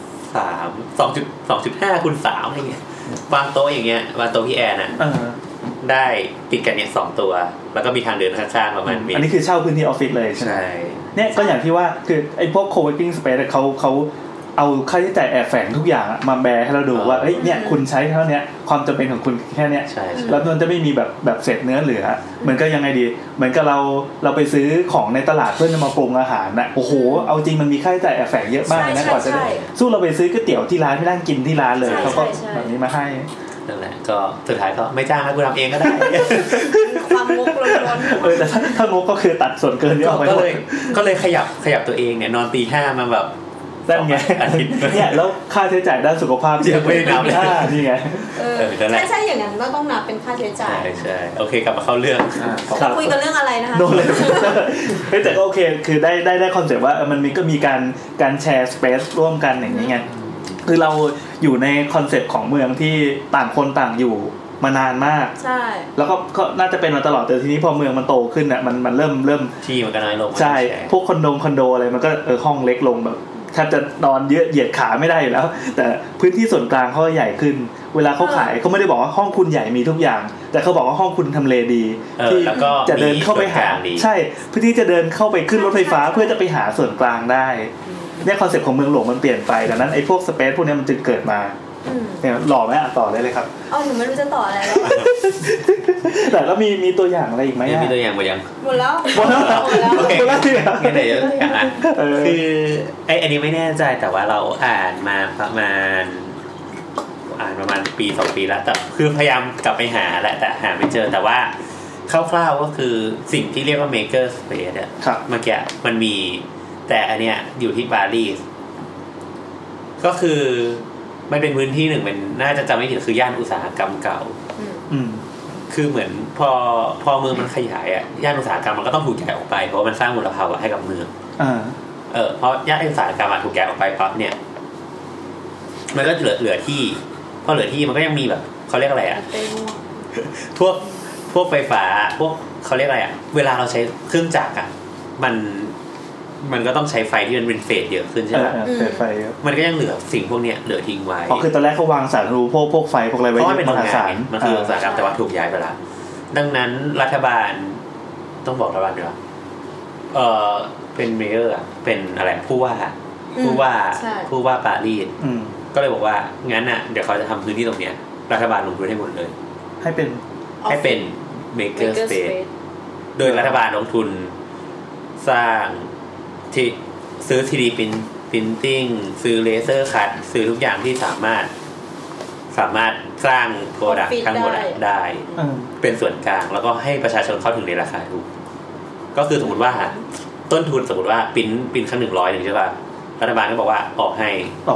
3 2.5 คูณ 3อะไรเงี้ยวางโต๊ะอย่างเงี้ยวางโต๊ะพี่แอนได้ติดกันเนี่ย2 ตัวแล้วก็มีทางเดินข้างๆประมาณอันนี้คือเช่าพื้นที่ออฟฟิศเลยใช่เนี่ยก็อย่างที่ว่าคือไอ้พวก co-working space เขาเอาค่าใช้จ่ายแอบแฝงทุกอย่างมาแบร์ให้เราดูว่าเอ้ยเนี่ยคุณใช้เท่านี้ความจำเป็นของคุณแค่เนี้ยแล้วมันจะไม่มีแบบเศษเนื้อเหลือเหมือนก็ยังไงดีเหมือนกับเราไปซื้อของในตลาดเพื่อจะมาปรุงอาหารน่ะโอ้โหเอาจริงมันมีค่าใช้จ่ายแอบแฝงเยอะมากนะก่อนจะสู้เราไปซื้อก๋วยเตี๋ยวที่ร้านไม่นั่งกินที่ร้านเลยเขาก็แบบนี้มาให้นั่นแหละก็สุดท้ายก็ไม่จ้างให้กูทำเองก็ได้ความงกล้วนแต่ถ้างกก็คือตัดส่วนเกินที่ออกไปก็เลยขยับตัวเองเนี่ยนอนตี 5มาแบบนั่นไงเนี่ยแล้วค่าใช้จ่ายด้านสุขภาพยังไม่นับเลยนี่ไงใช่อย่างนั้นก็ต้องนับเป็นค่าใช้จ่ายใช่โอเคกลับมาเข้าเรื่องคุยกันเรื่องอะไรนะคะโดนเลยแต่ก็โอเคคือได้คอนเซ็ปต์ว่ามันก็มีการแชร์สเปซร่วมกันอย่างนี้ไงคือเราอยู่ในคอนเซ็ปต์ของเมืองที่ต่างคนต่างอยู่มานานมากใช่แล้วก็น่าจะเป็นมาตลอดแต่ทีนี้พอเมืองมันโตขึ้นน่ะมันเริ่มที่มันก็น้อยลงใช่พวกคอนโดอะไรมันก็ห้องเล็กลงแบบแทบจะนอนเยอะเหยียดขาไม่ได้อยู่แล้วแต่พื้นที่ส่วนกลางเขาใหญ่ขึ้นเวลาเขาขายเขาไม่ได้บอกว่าห้องคุณใหญ่มีทุกอย่างแต่เขาบอกว่าห้องคุณทำเลดีที่จะเดินเข้าไปหาใช่พื้นที่จะเดินเข้าไปขึ้นรถไฟฟ้าเพื่อจะไปหาส่วนกลางได้เนี่ยคอนเซ็ปต์ของเมืองหลวงมันเปลี่ยนไปดังนั้นไอ้พวกสเปซพวกนี้มันจึงเกิดมาเนี่ยหล่อไหมต่อได้เลยครับหนูไม่รู้จะต่ออะไรแล้วแต่แล้วมีตัวอย่างอะไรอีกไหมมีตัวอย่างหมดยังหมดแล้วโอเคงั้นเดี๋ยวคืออันนี้ไม่แน่ใจแต่ว่าเราอ่านมาประมาณปี 2 ปีแล้วแต่คือพยายามกลับไปหาแหละแต่หาไม่เจอแต่ว่าคร่าวๆก็คือสิ่งที่เรียกว่า maker space เมื่อกี้มันมีแต่อันเนี้ยอยู่ที่ปารีสก็คือมันเป็นพื้นที่หนึ่งเป็นน่าจะจำไม่ผิดคือย่านอุตสาหกรรมเก่าคือเหมือนพอเมืองมันขยายอ่ะย่านอุตสาหกรรมมันก็ต้องถูกแยกออกไปเพราะมันสร้างมลภาวะให้กับเมืองเพราะย่านอุตสาหกรรมถูกแยกออกไปปั๊บเนี่ยมันก็เหลือที่พอเหลือที่มันก็ยังมีแบบเขาเรียกอะไรอ่ะพวกไฟฟ้าพวกเขาเรียกอะไรอ่ะเวลาเราใช้เครื่องจักรอ่ะมันก็ต้องใช้ไฟที่มันเป็นเฟสเยอะขึ้นใช่ไหมเฟสไฟมันก็ยังเหลือสิ่งพวกเนี้ยเหลือทิ้งไว้คือตอนแรกเขาวางสารรูพวกไฟพวกอะไรไว้เยอะมหาศาลมันคืออุตสาหกรรมแต่ว่าถูกย้ายไปละดังนั้นรัฐบาลต้องบอกรัฐบาลด้วยเป็นเมเยอร์เป็นอะไรผู้ว่าปารีสก็เลยบอกว่างั้นอ่ะเดี๋ยวเขาจะทำพื้นที่ตรงเนี้ยรัฐบาลลงทุนให้หมดเลยให้เป็น maker space โดยรัฐบาลลงทุนสร้างที่ซื้อ 3D printing ซื้อเลเซอร์คัตซื้อทุกอย่างที่สามารถสร้างโปรดักต์ทั้งหมดได้เป็นส่วนกลางแล้วก็ให้ประชาชนเข้าถึงในราคาถูกก็คือสมมติว่าต้นทุนสมมติว่าปริ้นครั้ง100อย่างใช่ป่ะรัฐบาลก็บอกว่าออกให้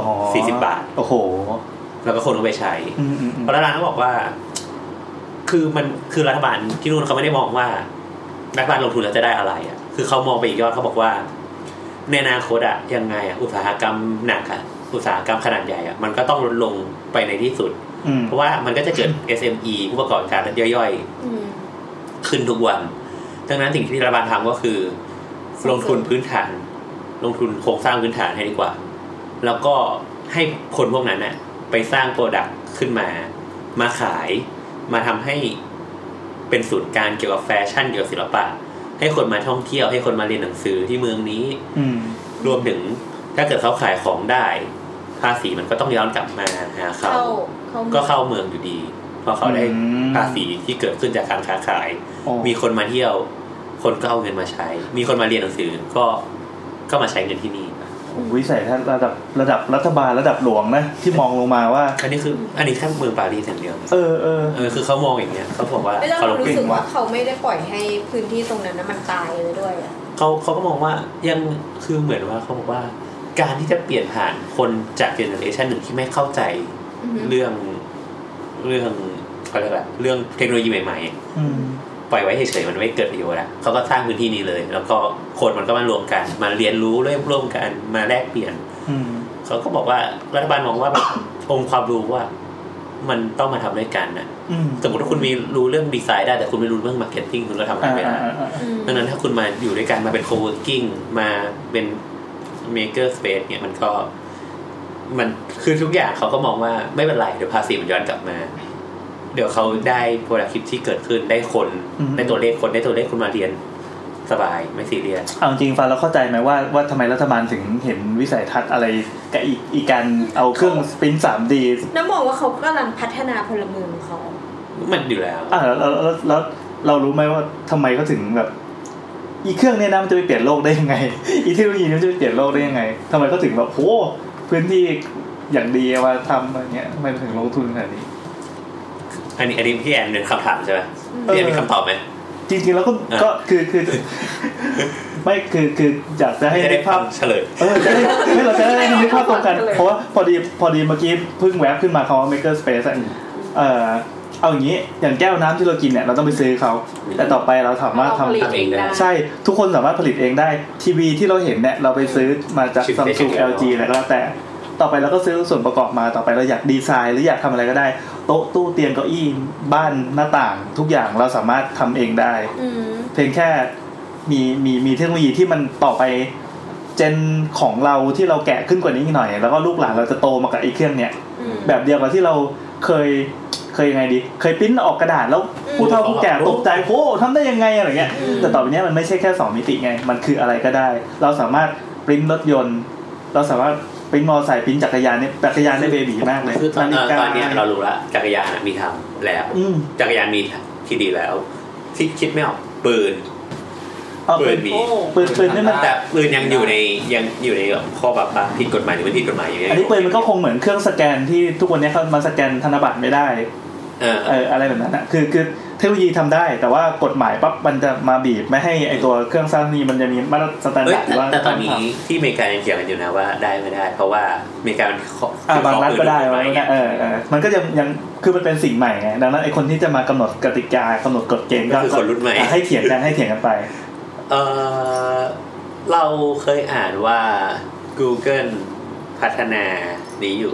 40 บาทโอ้โหแล้วก็คนก็ไปใช้เพราะรัฐบาลก็บอกว่าคือรัฐบาลที่นู่นเขาไม่ได้มองว่ารัฐบาลลงทุนแล้วจะได้อะไรอ่ะคือเขามองไปอีกยอดเขาบอกว่าในอนาคตอ่ะยังไงอ่ะอุตสาหกรรมหนักอ่ะอุตสาหกรรมขนาดใหญ่อ่ะมันก็ต้องลดลงไปในที่สุดเพราะว่ามันก็จะเกิด SME ผู้ประกอบการย่อยๆขึ้นทุกวันดังนั้นสิ่งที่รัฐบาลทำก็คือลงทุนพื้นฐานลงทุนโครงสร้างพื้นฐานให้ดีกว่าแล้วก็ให้คนพวกนั้นน่ะไปสร้างโปรดักต์ขึ้นมาขายมาทำให้เป็นศูนย์กลางเกี่ยวกับแฟชั่นเกี่ยวกับศิลปะให้คนมาท่องเที่ยวให้คนมาเรียนหนังสือที่เมืองนี้รวมถึงถ้าเกิดเขาขายของได้ภาษีมันก็ต้องย้อนกลับมาหาเขาก็เข้าเมืองอยู่ดีเพราะเขาได้ภาษีที่เกิดขึ้นจากการค้าขายมีคนมาเที่ยวคนก็เอาเงินมาใช้มีคนมาเรียนหนังสือก็มาใช้เงินที่นี่วิสัยทัศน์ระดับรัฐบาลระดับหลวงนะที่มองลงมาว่าอันนี้แค่เมืองปารีสอย่างเดียวคือเขามองอย่างเงี้ยเขาบอกว่าเขารู้สึกว่าเขาไม่ได้ปล่อยให้พื้นที่ตรงนั้นมันตายเลยด้วยอ่ะเขาก็มองว่ายังคือเหมือนว่าเขาบอกว่าการที่จะเปลี่ยนผ่านคนจากเจเนอเรชันหนึ่งที่ไม่เข้าใจเรื่องเขาเรียกอะไรเรื่องเทคโนโลยีใหม่ๆปล่อยไว้เฉยๆมันไม่เกิดประโยชน์แล้วเขาก็สร้างพื้นที่นี้เลยแล้วก็คนมันก็มารวมกันมาเรียนรู้ร่วมกันมาแลกเปลี่ยนเขาก็บอกว่ารัฐบาลมองว่าองค์ความรู้ว่ามันต้องมาทำด้วยกันนะสมมติว่าคุณมีรู้เรื่องดีไซน์ได้แต่คุณไม่รู้เรื่องมาร์เก็ตติ้งคุณก็ทำอะไรไม่ได้ดังนั้นถ้าคุณมาอยู่ด้วยกันมาเป็นโคเวิร์กิ้งมาเป็นเมเกอร์สเปซเนี่ยมันคือทุกอย่างเขาก็มองว่าไม่เป็นไรเดี๋ยวภาษีมันย้อนกลับมาเดี๋ยวเขาได้โปรดักต์ที่เกิดขึ้นได้คนได้ตัวเลขคนมาเรียนสบายไม่ซีเรียสเอาจริงฟังแล้วเข้าใจไหมว่าทำไมรัฐบาลถึงเห็นวิสัยทัศน์อะไรกับอีการเอาเครื่องสปรินท์ 3D แล้วมองว่าเขากำลังพัฒนาพลเมืองเขามันอยู่แล้วแล้วเรารู้ไหมว่าทำไมเขาถึงแบบอีเครื่องนี้นะมันจะไปเปลี่ยนโลกได้ยังไงอีเทคโนโลยีนี้จะไปเปลี่ยนโลกได้ยังไงทำไมเขาถึงแบบโหพื้นที่อย่างดีว่าทำอะไรเงี้ยทำไมถึงลงทุนขนาดนี้อันนี้พี่แอนเป็นคำถามใช่ไหมพี่แอนมีคำตอบไหมจริงๆแล้วก็คือไม่คืออยากจะให้ได้ภาพเฉลยจะให้เราจะได้นึกภาพตรงกันเพราะว่าพอดีเมื่อกี้เพิ่งแวบขึ้นมาคำว่า maker space เอาอย่างนี้อย่างแก้วน้ำที่เรากินเนี่ยเราต้องไปซื้อเขาแต่ต่อไปเราสามารถทำเองได้ใช่ทุกคนสามารถผลิตเองได้ทีวีที่เราเห็นเนี่ยเราไปซื้อมาจาก Samsung LG อะไรก็แล้วแต่ต่อไปเราก็ซื้อส่วนประกอบมาต่อไปเราอยากดีไซน์หรืออยากทำอะไรก็ได้โต๊ะตู้เตียงเก้าอี้บ้านหน้าต่างทุกอย่างเราสามารถทำเองได้เพียงแค่มีเทคโนโลยีที่มันต่อไปเจนของเราที่เราแก่ขึ้นกว่านี้หน่อยแล้วก็ลูกหลานเราจะโตมากับไอ้เครื่องเนี่ยแบบเดียวกับที่เราเคยยังไงดีเคยปริ้นออกกระดาษแล้วผู้เฒ่าผู้แก่ตกใจโอ้ทำได้ยังไงอะไรเงี้ยแต่ต่อไปนี้มันไม่ใช่แค่2มิติไงมันคืออะไรก็ได้เราสามารถปริ้นรถยนต์เราสามารถปริ้นมอเตอร์ไซค์ปริ้นจักรยานเนี่ยจักรยานได้เบบีมากเลยคือตอนนี้เรารู้แล้วจักรยานมีทำแล้วจักรยานมีที่ดีแล้วที่คิดไม่ออกปืนมีปืนนี่มันแต่ปืนยังอยู่ในข้อแบบผิดกฎหมายหรือไม่ผิดกฎหมายอย่างเงี้ยอันนี้ปืนมันก็คงเหมือนเครื่องสแกนที่ทุกวันนี้เขามาสแกนธนบัตรไม่ได้อะไรแบบนั้นนะคือเทคโนโลยีทำได้แต่ว่ากฎหมายปั๊บมันจะมาบีบไม่ให้ไอตัวเครื่องสร้างนี้มันจะมีมาตรสแตนดาร์ดว่าแต่ตอนนี้ที่อเมริกายังเถียงกันอยู่นะว่าได้ไม่ได้เพราะว่าอเมริกาบางรัฐก็ได้มันก็ยังคือมันเป็นสิ่งใหม่ไงดังนั้นไอคนที่จะมากำหนดกติกากำหนดกฎเกณฑ์ก็คือคนรุ่นใหม่ให้เถียงกันไปเราเคยอ่านว่า Google พัฒนานี้อยู่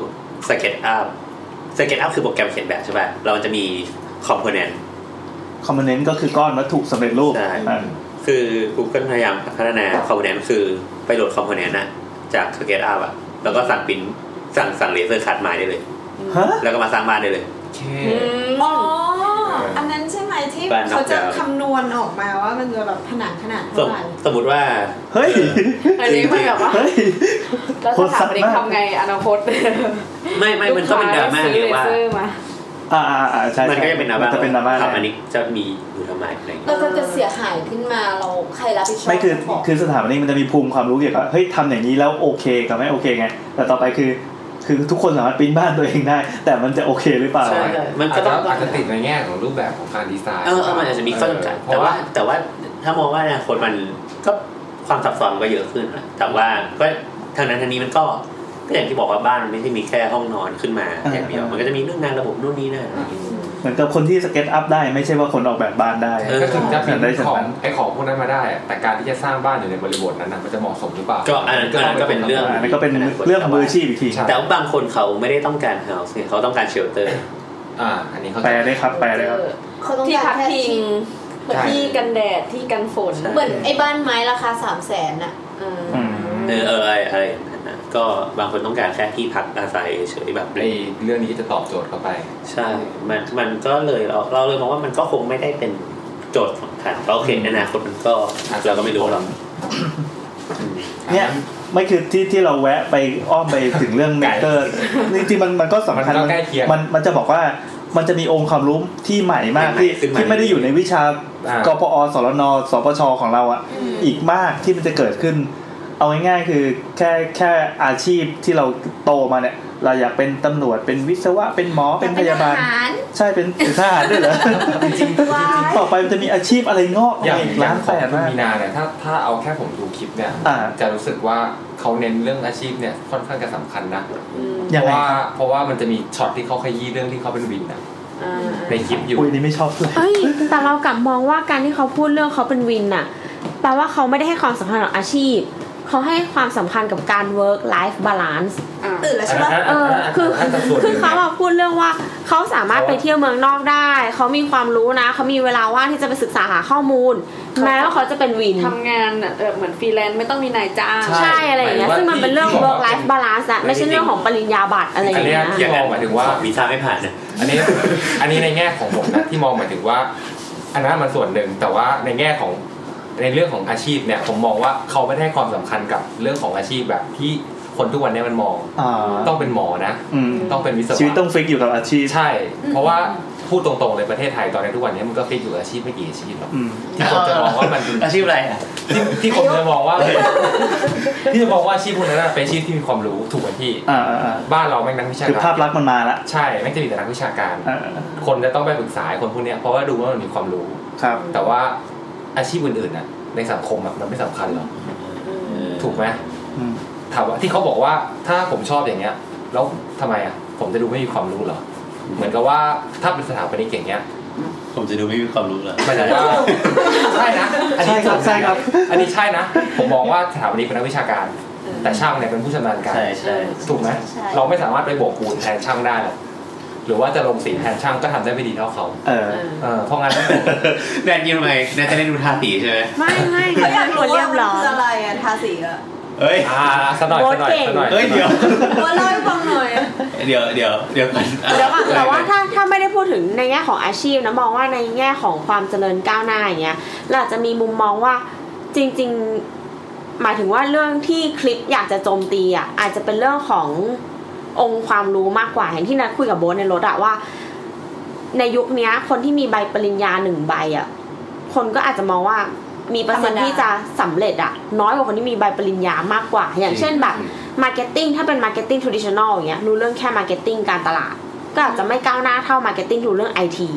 SketchUpคือโปรแกรมเขียนแบบใช่ป่ะเราจะมี Component ก็คือก้อนวัตถุสำเร็จรูปใช่คือ Google พยายามพัฒนา Component คือไปโหลด Component นะจาก SketchUp อ่ะแล้วก็สั่งปิ้นสั่งเลเซอร์คัตมาได้เลยแล้วก็มาสร้างบ้านได้เลยอ๋ออันนั้นใช่ไหมที่เขาจะคำนวณออกมาว่ามันจะแบบผนังขนาดเท่าไหร่สมมติว่าเฮ้ยอันนี้มันแบบว่าแล้วสถาปนิกทำไงอนาคตไม่มันก็เป็นดราม่าเรียกว่าใช่มันก็จะเป็นดราม่าจะเป็นดราม่าสถาปนิกจะมีอยู่ทำไมอะไรอย่างเงี้ยแล้วก็จะเสียหายขึ้นมาเราใครรับผิดชอบไม่คือสถาปนิกมันจะมีภูมิความรู้เกี่ยวกับเฮ้ยทำอย่างนี้แล้วโอเคกับไม่โอเคไงแต่ต่อไปคือทุกคนสามารถปิ้นบ้านตัวเองได้แต่มันจะโอเคหรือเปล่าใช่มันก็ต้องอาจจะติดในแง่ของรูปแบบของการดีไซน์มันอาจจะมีข้อจำกัดแต่ว่าถ้ามองว่าอนาคตมันก็ความซับซ้อนก็เยอะขึ้นแต่ว่าก็ทางนั้นทางนี้มันก็อย่างที่บอกว่าบ้านมันไม่ใช่มีแค่ห้องนอนขึ้นมาอย่างเดียวมันก็จะมีเรื่องงานระบบนู่นนี่นั่นเหมือนกับคนที่สเก็ตอัพได้ไม่ใช่ว่าคนออกแบบบ้านได้ก็ถึงจะเป็นของพวกนั้นมาได้แต่การที่จะสร้างบ้านอยู่ในบริบทนั้นมันจะเหมาะสมหรือเปล่าก็อันนั้นก็เป็นเรื่องมืออาชีพอีกทีแต่บางคนเขาไม่ได้ต้องการเฮาส์เขาต้องการเชลเตอร์อันนี้เขาแปลได้ครับเขาต้องการพักพิงที่กันแดดที่กันฝนเหมือนไอ้บ้านไม้ราคา 300,000 น่ะอะไรก็บางคนต้องการแค่ที่พักอาศัยเฉยแบบเรื่องนี้จะตอบโจทย์เข้าไปใช่มันก็เลยเราเลยมองว่ามันก็คงไม่ได้เป็นโจทย์สำคัญโอเคในอนาคตมันก็เราก็ไม่รู้หรอกเนี่ยไม่คือที่เราแวะไปอ้อมไปถึงเรื่องเมเกอร์จริงๆมันก็สำคัญมันจะบอกว่ามันจะมีองค์ความรู้ที่ใหม่มากที่ไม่ได้อยู่ในวิชากปอสรนสปชของเราอ่ะอีกมากที่มันจะเกิดขึ้นเอาง่ายๆคือแค่อาชีพที่เราโตมาเนี่ยเราอยากเป็นตำรวจเป็นวิศวะเป็นหมอเป็นพยาบาลใช่เป็นทหารด้วยเหรอจริงๆต่อไปมันจะมีอาชีพอะไรงอกอย่างล้านแปดมีนาเนี่ยถ้าเอาแค่ผมดูคลิปเนี่ยจะรู้สึกว่าเขาเน้นเรื่องอาชีพเนี่ยค่อนข้างจะสำคัญนะเพราะว่ามันจะมีช็อตที่เขาขยี้เรื่องที่เขาเป็นวินนะในคลิปอยู่นี่ไม่ชอบเลยแต่เรากลับมองว่าการที่เขาพูดเรื่องเขาเป็นวินน่ะแปลว่าเขาไม่ได้ให้ความสำคัญกับอาชีพเขาให้ความสำคัญกับการ work life balance ตื่นแล้วใช่ไหมคือเขาพูดเรื่องว่าเขาสามารถไปเที่ยวเมืองนอกได้เขามีความรู้นะเขามีเวลาว่างที่จะไปศึกษาหาข้อมูลแม้ว่าเขาจะเป็นวินทำงานเหมือนฟรีแลนซ์ไม่ต้องมีนายจ้างใช่อะไรอย่างเงี้ยซึ่งมันเป็นเรื่อง work life balance อะไม่ใช่เรื่องของปริญญาบัตรอะไรอย่างเงี้ยที่มองหมายถึงว่าวีซ่าไม่ผ่านอันนี้ในแง่ของผมนะที่มองหมายถึงว่าอันนั้นมันส่วนหนึ่งแต่ว่าในแง่ของในเรื่องของอาชีพเนี่ยผมมองว่าเขาไม่ให้ความสำคัญกับเรื่องของอาชีพแบบที่คนทุกวันนี้มันมองต้องเป็นหมอนะต้องเป็นวิศวะชีวิตต้องฟิกอยู่กับอาชีพใช่เพราะว่าพูดตรงๆเลยประเทศไทยตอนนี้ทุกวันนี้มันก็ฟิกอยู่กับอาชีพไม่กี่อาชีพหรอกที่คนจะมองว่ามันอาชีพอะไรที่คนจะมองว่าที่จะมองว่าอาชีพพวกนั้นเป็นอาชีพที่มีความรู้ถูกไหมพี่บ้านเราแม่งนักวิชาการคือภาพลักษณ์มันมาแล้วใช่แม่งจะมีแต่นักวิชาการคนจะต้องไปปรึกษาคนพวกนี้เพราะว่าดูว่ามันมีความรู้แต่ว่าอาชีพอื่นๆน่ะในสังคมมันไม่สำคัญหรอกถูกไหมถามว่าที่เขาบอกว่าถ้าผมชอบอย่างเงี้ยแล้วทำไมผมจะดูไม่มีความรู้เหรอเหมือนกับว่าถ้าเป็นสถาปนิกอย่างเงี้ยผมจะดูไม่มีความรู้เหรอหมายถึงว่าใช่นะอันนี้ใช่ครับอันนี้ใช่นะผมมองว่าสถาปนิกเป็นนักวิชาการแต่ช่างเนี่ยเป็นผู้ชำนาญการใช่ถูกไหมเราไม่สามารถไปโบกปูนแทนช่างได้หรอกหรือว่าจะลงสีแทนช่างก็ทำได้ไม่ดีเท่าเขาเพราะงั้นแดนยินไหมแดนจะได้ดูทาสีใช่ไหมไม่เขาอยากรู้ว่ามันคืออะไรทาสีเฮ้ยสักหน่อยเฮ้ยเดี๋ยวเล่าให้ฟังหน่อยเดี๋ยวก่อนแต่ว่าถ้าไม่ได้พูดถึงในแง่ของอาชีพนะมองว่าในแง่ของความเจริญก้าวหน้าอย่างเงี้ยเราอาจจะมีมุมมองว่าจริงๆหมายถึงว่าเรื่องที่คลิปอยากจะโจมตีอาจจะเป็นเรื่องขององค์ความรู้มากกว่าอย่างที่นัดคุยกับโบ๊ทในรถว่าในยุคนี้คนที่มีใบปริญญา1ใบคนก็อาจจะมองว่ามีเปอร์เซ็นต์ที่จะสำเร็จน้อยกว่าคนที่มีใบปริญญามากกว่าอย่างเช่นแบบมาร์เก็ตติ้งถ้าเป็นมาร์เก็ตติ้งทรดิชันแนลอย่างเงี้ยรู้เรื่องแค่มาร์เก็ตติ้งการตลาดก็อาจจะไม่ก้าวหน้าเท่ามาร์เก็ตติ้งรู้เรื่อง IT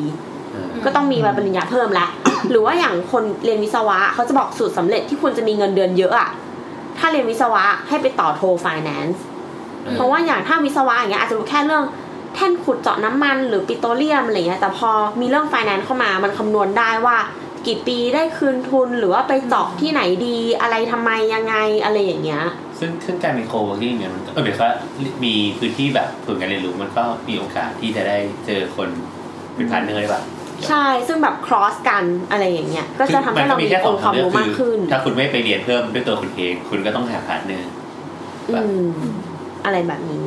ก็ต้องมีใบปริญญาเพิ่มละ หรือว่าอย่างคนเรียนวิศวะเขาจะบอกสูตรสำเร็จที่ควรจะมีเงินเดือนเยอะอะถ้าเรียนวิศวะให้ไปต่อโทไฟแนนซ์เพราะว่าอย่างถ้าวิศวะอย่างเงี้ยอาจจะรู้แค่เรื่องแท่นขุดเจาะน้ำมันหรือปิโตรเลียมอะไรเงี้ยแต่พอมีเรื่องไฟแนนซ์เข้ามามันคำนวณได้ว่ากี่ปีได้คืนทุนหรือว่าไปเจาะที่ไหนดีอะไรทำไมยังไงอะไรอย่างเงี้ยซึ่งการมีโคเวิร์กิ้งเนี่ยมันหมายความว่ามีพื้นที่แบบฝึกการเรียนรู้มันก็มีโอกาสที่จะได้เจอคนเป็นพาร์ทเนอร์ได้แบบใช่ซึ่งแบบ cross กันอะไรอย่างเงี้ยก็จะทำให้เรามีองค์ความรู้มากขึ้นถ้าคุณไม่ไปเรียนเพิ่มด้วยตัวคุณเองคุณก็ต้องหาพาร์ทเนอร์อะไรแบบนี้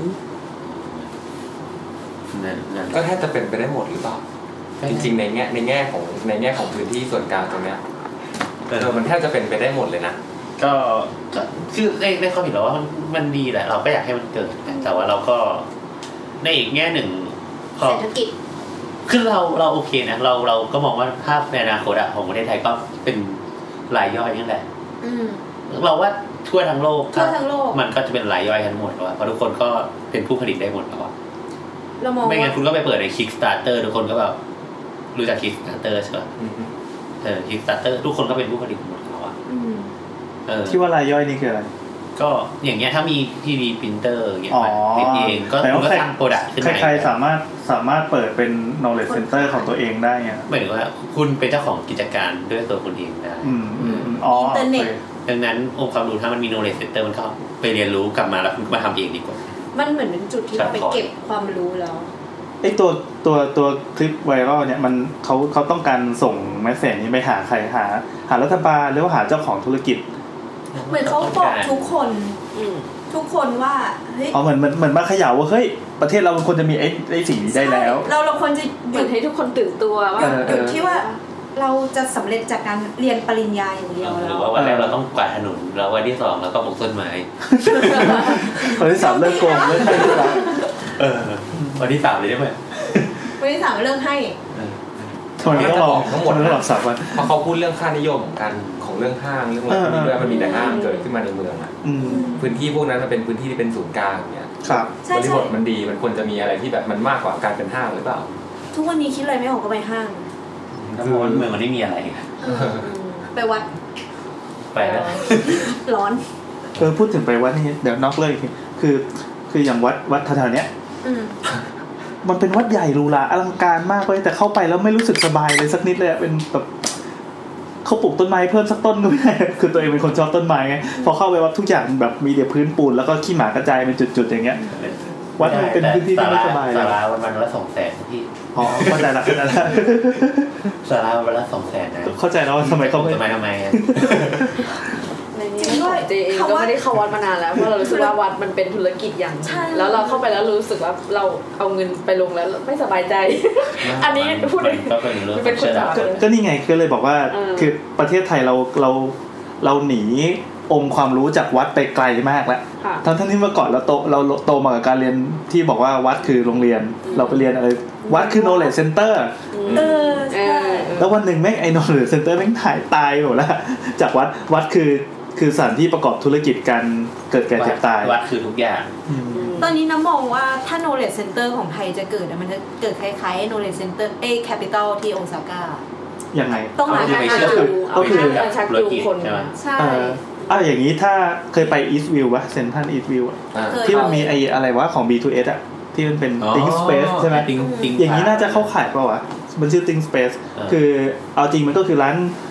ก็แทบจะเป็นไปได้หมดหรือเปล่าจริงๆในแง่ของพื้นที่ส่วนกลางตรงเนี้ยมันแทบจะเป็นไปได้หมดเลยนะก็คือในความเห็นเราว่ามันดีแหละเราก็อยากให้มันเกิดแต่ว่าเราก็ในอีกแง่หนึ่งเศรษฐกิจคือเราโอเคนะเราก็มองว่าภาพในอนาคตของประเทศไทยก็เป็นรายย่อยนั่นแหละเราว่าทั่วทั้งโลกมันก็จะเป็นรายย่อยทั้งหมดเพราะทุกคนก็เป็นผู้ผลิตได้หมดแล้วไม่งั้นคุณก็ไปเปิดใน Kickstarter ทุกคนก็แบบรู้จัก Kickstarter ใช่ป่ะKickstarter ทุกคนก็เป็นผู้ผลิตหมดแล้วที่ว่ารายย่อยนี่คืออะไรก็อย่างเงี้ยถ้ามี 3D printer อย่างเงี้ยติดเองก็คุณก็สร้างโปรดักต์ขึ้นมาใครๆสามารถเปิดเป็น knowledge center ของตัวเองได้ไงหมายถึงว่าคุณเป็นเจ้าของกิจการด้วยตัวคุณเองได้อินเทอร์เน็ตดังนั้นองค์ความรู้ถ้ามันมี knowledge center มันก็ไปเรียนรู้กลับมาแล้วคุณมาทำเองดีกว่ามันเหมือนเป็นจุดที่เราไปเก็บความรู้แล้วไอ้ตัวคลิปไวรัลเนี่ยมันเขาต้องการส่งเมสเสจนี้ไปหาใครหารัฐบาลหรือว่าหาเจ้าของธุรกิจเหมือนเขาบอกทุกคนว่าเฮ้ยเหมือนมาเขย่าว่าเฮ้ยประเทศเราควรจะมีไอ้สิ่งนี้ได้แล้วเราควรจะหยุดให้ทุกคนตื่นตัวว่าหยุดที่ว่าเราจะสำเร็จจากการเรียนปริญญาอย่างเดียวหรือว่าวันแรกเราต้องกวาดถนนแล้ววันที่2เราก็ปลูกต้นไม้วันที่3เลิกโกงเลิกให้วันที่3เลยได้ไหมวันที่3เลิกให้ทำไมต้องบอกทั้งหมดต้องบอกสับวันเพราะเขาพูดเรื่องค่านิยมของเรื่องห้างเรื่องอะไรพวกนี้ด้วยมันมีแต่ห้างเกิดขึ้นมาในเมืองอ่ะพื้นที่พวกนั้นมันเป็นพื้นที่ที่เป็นศูนย์กลางอย่างเงี้ยบริบทมันดีมันควรจะมีอะไรที่แบบมันมากกว่าการเป็นห้างหรือเปล่าทุกวันนี้คิดอะไรไม่ออกก็ไปห้างเพราะว่าเมืองมันไม่มีอะไรไปวัดไปแล้วร้อนพูดถึงไปวัดนี่เดี๋ยวนอกเลยคืออย่างวัดแถวๆเนี้ยมันเป็นวัดใหญ่หรูหราอลังการมากเลยแต่เข้าไปแล้วไม่รู้สึกสบายเลยสักนิดเลยเป็นแบบเขาปลูกต้นไม้เพิ่มสักต้นก็ไม่ได้คือตัวเองเป็นคนชอบต้นไม้ไงพอเข้าไปวัดทุกอย่างแบบมีแต่พื้นปูนแล้วก็ขี้หมากระจายเป็นจุดๆอย่างเงี้ยวัดมันเป็นพื้นที่ที่ไม่สบายศาลาวันละ 200,000 พี่เข้าใจละศาลาวันละ 200,000 นะเข้าใจแล้วทำไมเขาไม่ทำไมจริงด้วยเจเองก็ไม่ได้เข้าวัดมานานแล้วเพราะเรารู้สึกว่าวัดมันเป็นธุรกิจอย่างแล้วเราเข้าไปแล้วรู้สึกว่าเราเอาเงินไปลงแล้วไม่สบายใจอันนี้พูดเป็นคนจ๋าก็นี่ไงก็เลยบอกว่าคือประเทศไทยเราหนีองค์ความรู้จากวัดไปไกลมากแล้วทั้งที่เมื่อก่อนเราโตมากับการเรียนที่บอกว่าวัดคือโรงเรียนเราไปเรียนอะไรวัดคือ knowledge center แล้ววันหนึ่งแม่งไอ้ knowledge center แม่งตายหมดแล้วจากวัดคือสถานที่ประกอบธุรกิจการเกิดแก่เจ็บตายวัดคือทุกอย่างตอนนี้น้ำมองว่าถ้า knowledge center ของไทยจะเกิดมันจะเกิดคล้ายๆ knowledge center capital ที่โอซาก้ายังไงต้องหาการชักจูงคนใช่อย่างนี้ถ้าเคยไป East View ป่ะเซ็นทรัล East View ที่มันมีไอ้อะไรวะของ B2S อ่ะที่มันเป็น Think Space ใช่ไหมอย่างนี้น่าจะเข้าข่ายป่ะวะมันชื่อ Think Space คือเอาจริงมันก็คือร้าน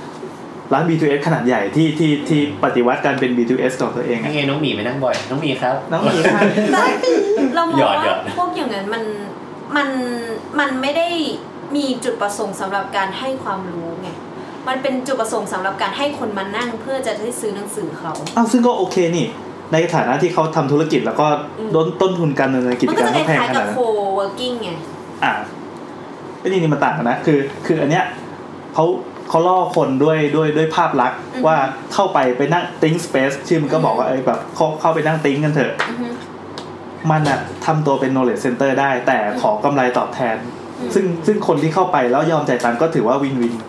B2S ขนาดใหญ่ที่ปฏิวัติการเป็น B2S ของตัวเองไงน้องหมีไปนั่งบ่อยน้องหมีครับน้องหมีครับเรามองว่าพวกอย่างนั้นมันไม่ได้มีจุดประสงค์สำหรับการให้ความรู้ไงมันเป็นจุดประสงค์สำหรับการให้คนมานั่งเพื่อจะได้ซื้อหนังสือเขาซึ่งก็โอเคนี่ในฐานะที่เขาทำธุรกิจแล้วก็ต้นทุนการดำเนินกิจการเขาแพงขนาดนั้นมันก็จะคล้ายกับ co-working ไงนี่มันต่างกันนะคืออันเนี้ยเขาล่อคนด้วยภาพลักษณ์ว่าเข้าไปนั่ง think space ชื่อมันก็บอกว่าแบบเข้าไปนั่ง think กันเถอะมันอะทำตัวเป็น knowledge center ได้แต่ขอกำไรตอบแทนซึ่งคนที่เข้าไปแล้วยอมจ่ายตังค์ก็ถือว่าวินวิน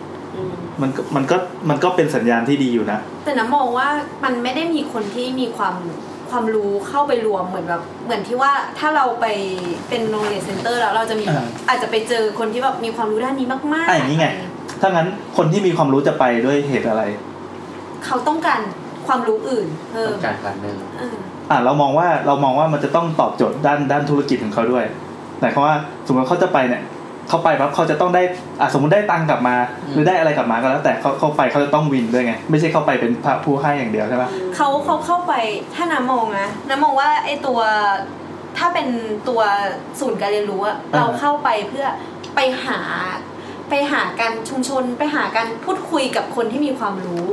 มันก็เป็นสัญญาณที่ดีอยู่นะแต่น้ำมองว่ามันไม่ได้มีคนที่มีความความรู้เข้าไปรวมเหมือนที่ว่าถ้าเราไปเป็น knowledge center แล้วเราจะมีอาจจะไปเจอคนที่แบบมีความรู้ด้านนี้มากๆอย่างนี้ไงถ้างั้นคนที่มีความรู้จะไปด้วยเหตุอะไรเขาต้องการความรู้อื่นเพิ่มต้องการพาร์ทเนอร์เรามองว่ามันจะต้องตอบโจทย์ด้านธุรกิจของเขาด้วยแต่เพราะว่าสมมติเขาจะไปเนี่ยเขาไปปั๊บเขาจะต้องได้สมมติได้ตังค์กลับมาหรือได้อะไรกลับมาก็แล้วแต่เขาไปเขาจะต้องวินด้วยไงไม่ใช่เข้าไปเป็นผู้ให้อย่างเดียวใช่ปะเขาเข้าไปถ้าน้ำมองว่าไอ้ตัวถ้าเป็นตัวศูนย์การเรียนรู้เราเข้าไปเพื่อไปหาการชุมชนไปหาการพูดคุยกับคนที่มีความรู้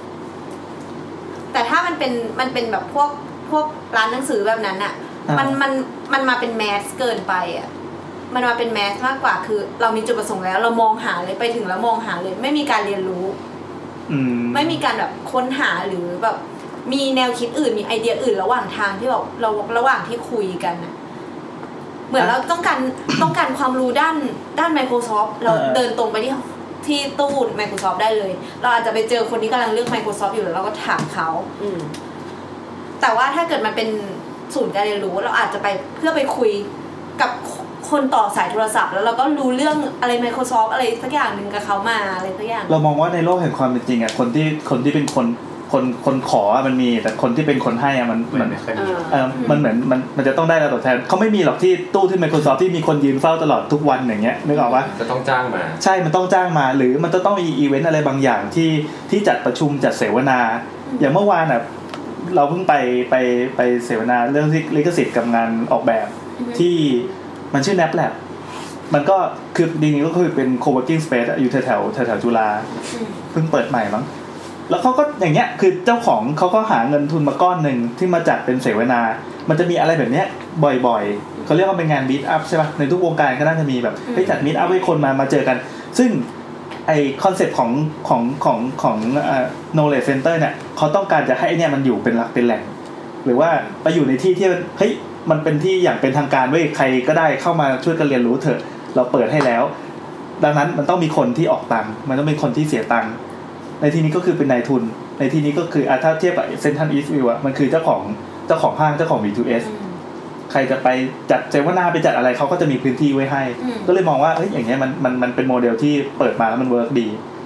แต่ถ้ามันเป็นแบบพวกร้านหนังสือแบบนั้นอ่ะมันมาเป็นแมสเกินไปอ่ะมันมาเป็นแมสมากกว่าคือเรามีจุดประสงค์แล้วเรามองหาเลยไปถึงแล้วมองหาเลยไม่มีการเรียนรู้ไม่มีการแบบค้นหาหรือแบบมีแนวคิดอื่นมีไอเดียอื่นระหว่างทางที่แบบเราระหว่างที่คุยกันน่ะเหมือนเราต้องการความรู้ด้าน Microsoft เราเดินตรงไปที่ตู้ Microsoft ได้เลยเราอาจจะไปเจอคนที่กำลังเลือก Microsoft อยู่แล้วเราก็ถามเขาแต่ว่าถ้าเกิดมันเป็นศูนย์การเรียนรู้เราอาจจะไปเพื่อไปคุยกับคนต่อสายโทรศัพท์แล้วเราก็รู้เรื่องอะไร Microsoft อะไรสักอย่างนึงกับเขามาอะไรสักอย่างเรามองว่าในโลกแห่งความเป็นจริงคนที่เป็นคนขอมันมีแต่คนที่เป็นคนให้มันเหมือนมันจะต้องได้รับตอบแทนเขาไม่มีหรอกที่ตู้ที่ Microsoft ที่มีคนยืนเฝ้าตลอดทุกวันอย่างเงี้ยนึกออกปะจะต้องจ้างมาใช่มันต้องจ้างมาหรือมันจะต้องมีอีเวนต์อะไรบางอย่างที่จัดประชุมจัดเสวนาอย่างเมื่อวานเราเพิ่งไปเสวนาเรื่องลิขสิทธิ์กับงานออกแบบที่มันชื่อ Nap Lab มันก็คือจริงๆก็คือเป็น co-working space อยู่แถวจุฬาเพิ่งเปิดใหม่มั้งแล้วเขาก็อย่างเงี้ยคือเจ้าของเขาก็หาเงินทุนมาก้อนนึงที่มาจัดเป็นเสวนามันจะมีอะไรแบบเนี้ยบ่อยๆเขาเรียกว่าเป็นงาน meet up ใช่ป่ะในทุกวงการก็น่าจะมีแบบให้จัด meet up ให้คนมาเจอกันซึ่งไอคอนเซ็ปต์ของknowledge center เนี่ยเขาต้องการจะให้เนี่ยมันอยู่เป็นหลักเป็นแหล่งหรือว่าไปอยู่ในที่เฮ้ยมันเป็นที่อย่างเป็นทางการเว้ยใครก็ได้เข้ามาช่วยกันเรียนรู้เถอะเราเปิดให้แล้วดังนั้นมันต้องมีคนที่ออกตังค์มันต้องเป็นคนที่เสียตังค์ในที่นี้ก็คือเป็นนายทุนในที่นี้ก็คือถ้าเทียบกับเซ็นทรัลอีสต์วิวมันคือเจ้าของห้างเจ้าของ B2S ใครจะไปจัดเสวนาไปจัดอะไรเขาก็จะมีพื้นที่ไว้ให้ก็เลยมองว่าอย่างเงี้ยมันเป็นโมเดลที่เปิดมาแล้วมันเวิร์กดี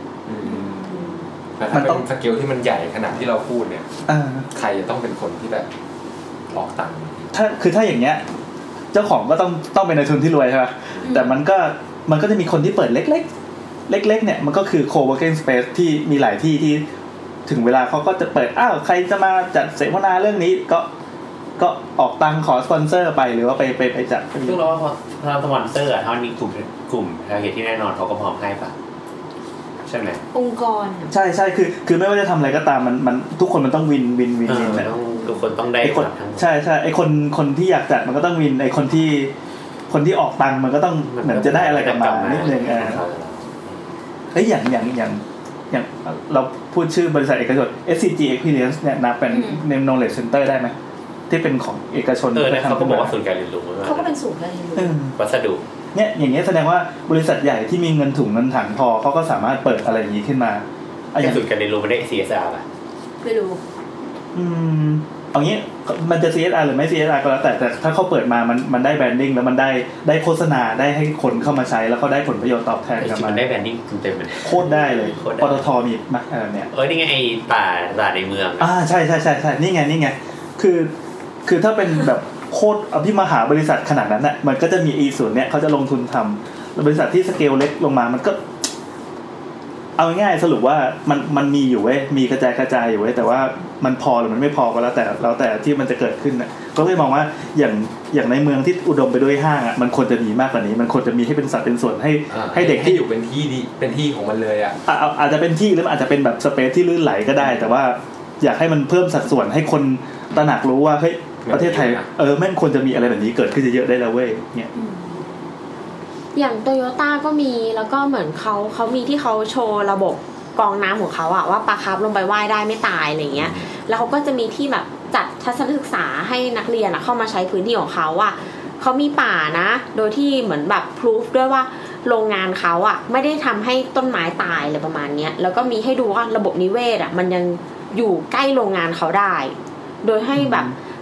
มันต้องสเกลที่มันใหญ่ขนาดที่เราพูดเนี่ยใครจะต้องเป็นคนที่แบบออกตังค์ถ้าอย่างเงี้ยเจ้าของก็ต้องเป็นนายทุนที่รวยใช่ป่ะแต่มันก็จะมีคนที่เปิดเล็กเนี่ยมันก็คือ co-working space ที่มีหลายที่ที่ถึงเวลาเขาก็จะเปิดใครจะมาจัดเสวนาเรื่องนี้ก็ออกตังค์ขอสปอนเซอร์ไปหรือว่าไปจัดซึ่งเราว่าพอเราสปอนเซอร์ถ้ามีกลุ่มเหตุที่แน่นอนเขาก็พร้อมให้ป่ะใช่ไหมองค์กรใช่คือไม่ว่าจะทำอะไรก็ตามมันทุกคนมันต้องวินทุกคนต้องได้ใช่ไอคนที่อยากจัดมันก็ต้องวินไอคนที่ออกตังค์มันก็ต้องเหมือนจะได้อะไรกลับมานิดนึงอย่างเราพูดชื่อบริษัทเอกชน SCG Experience เนี่ยนับเป็น knowledge center ได้ไหมที่เป็นของเอกชนเขาก็บอกว่าศูนย์การเรียนรู้เขาก็เป็นศูนย์การเรียนรู้วัสดุเนี่ยอย่างเงี้ยแสดงว่าบริษัทใหญ่ที่มีเงินถุงเงินถังพอเขาก็สามารถเปิดอะไรอย่างนี้ขึ้นมาอย่างศูนย์การเรียนรู้มันได้ CSR ป่ะไม่รู้เอางี้มันจะ CSR หรือไม่ CSR ก็แล้วแต่ถ้าเขาเปิดมามันได้แบรนดิ้งแล้วมันได้โฆษณาได้ให้คนเข้ามาใช้แล้วเขาได้ผลประโยชน์ตอบแทนกลับมามันได้แบรนดิ้งเต็มๆเลยโคตรได้เลยปตท.มีมั้ยเนี่ยนี่ไงไอ้ป่าในเมืองใช่ๆๆนี่ไงคือถ้าเป็นแบบโคตรอภิมหาบริษัทขนาดนั้นน่ะมันก็จะมีอีส่วนเนี้ยเขาจะลงทุนทำแล้วบริษัทที่สเกลเล็กลงมามันก็เอาง่ายๆสรุปว่ามันมีอยู่เว้ยมีกระจายอยู่เว้ยแต่ว่ามันพอหรือมันไม่พอก็แล้วแต่ที่มันจะเกิดขึ้นน่ะก็เลยมองว่าอย่างในเมืองที่อุดมไปด้วยห้างมันควรจะมีมากกว่านี้มันควรจะมีให้เป็นสัดเป็นส่วนให้เด็กที่อยู่เป็นที่ของมันเลยอาจจะเป็นที่หรืออาจจะเป็นแบบสเปซที่ลื่นไหลก็ได้แต่ว่าอยากให้มันเพิ่มสัดส่วนให้คนตระหนักรู้ว่าเฮ้ยประเทศไทยแม่งควรจะมีอะไรแบบนี้เกิดขึ้นเยอะๆได้แล้วเว้ยเนี่ยอย่าง Toyota ก็มีแล้วก็เหมือนเขามีที่เขาโชว์ระบบกรองน้ำของเขาว่าปลาคาร์ฟลงไปว่ายได้ไม่ตายอะไรเงี้ยแล้วเขาก็จะมีที่แบบจัดทัศนศึกษาให้นักเรียนเข้ามาใช้พื้นที่ของเขาเขามีป่านะโดยที่เหมือนแบบพิสูจด้วยว่าโรงงานเขาไม่ได้ทำให้ต้นไม้ตายอะไรประมาณนี้แล้วก็มีให้ดูว่าระบบนิเวศมันยังอยู่ใกล้โรงงานเขาได้โดยให้แบบ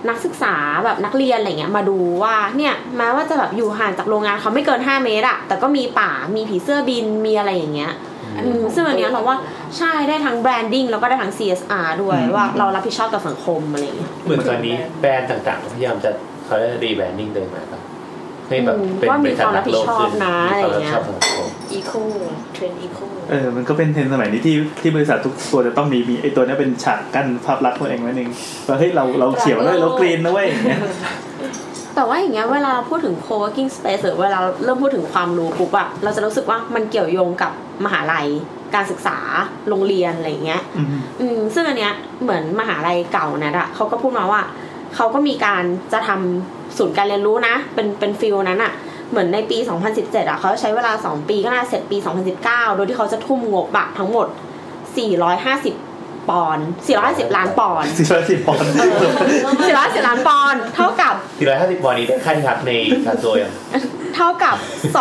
นักศึกษาแบบนักเรียนอะไรเงี้ยมาดูว่าเนี่ยแม้ว่าจะแบบอยู่ห่างจากโรงงานเขาไม่เกิน5 เมตรอะแต่ก็มีป่ามีผีเสื้อบินมีอะไรอย่างเงี้ยซึ่งอันเนี้ยเราว่าใช่ได้ทั้งแบรนดิ้งแล้วก็ได้ทั้ง CSR ด้วยว่าเรารับผิดชอบต่อสังคมอะไรเงี้ยเหมือนตอนนี้แบรนด์ต่างๆพยายามจะเขาเรียกรีแบรนดิ้งเลยไหมครับให้แบบเป็นบริษัทรักโลกขึ้นมีความรับผิดชอบสังคมอีโคเทรนด์อีโคมันก็เป็นเทรนด์สมัยนี้ที่บริษัททุกตัวจะต้องมีไอ้ตัวนี้เป็นฉากกั้นภาพลักษณ์ตัวเองไว้นึงว่าเฮ้ยเราเขียวด้วยเรากรีนนะเว้ยแต่ว่าอย่างเงี้ยเวลาเราพูดถึง co-working space หรือเวลาเริ่มพูดถึงความรู้ปุ๊บอะเราจะรู้สึกว่ามันเกี่ยวโยงกับมหาลัยการศึกษาโรงเรียนอะไรเงี้ยซึ่งอันเนี้ยเหมือนมหาลัยเก่านะอะเขาก็พูดมาว่าเขาก็มีการจะทำศูนย์การเรียนรู้นะเป็นฟิลนั้นอะเหมือนในปี2017อะเขาใช้เวลา2 ปีก็น่าเสร็จปี2019โดยที่เขาจะทุ่มงบอะทั้งหมด450 ปอนด์450 ล้านปอนด์ 450 ปอนด์ 450 ล้านปอนด์เท่ากับ 450 ปอนด์นี้ได้ค่าที่พักในคาโซยเท่ากับ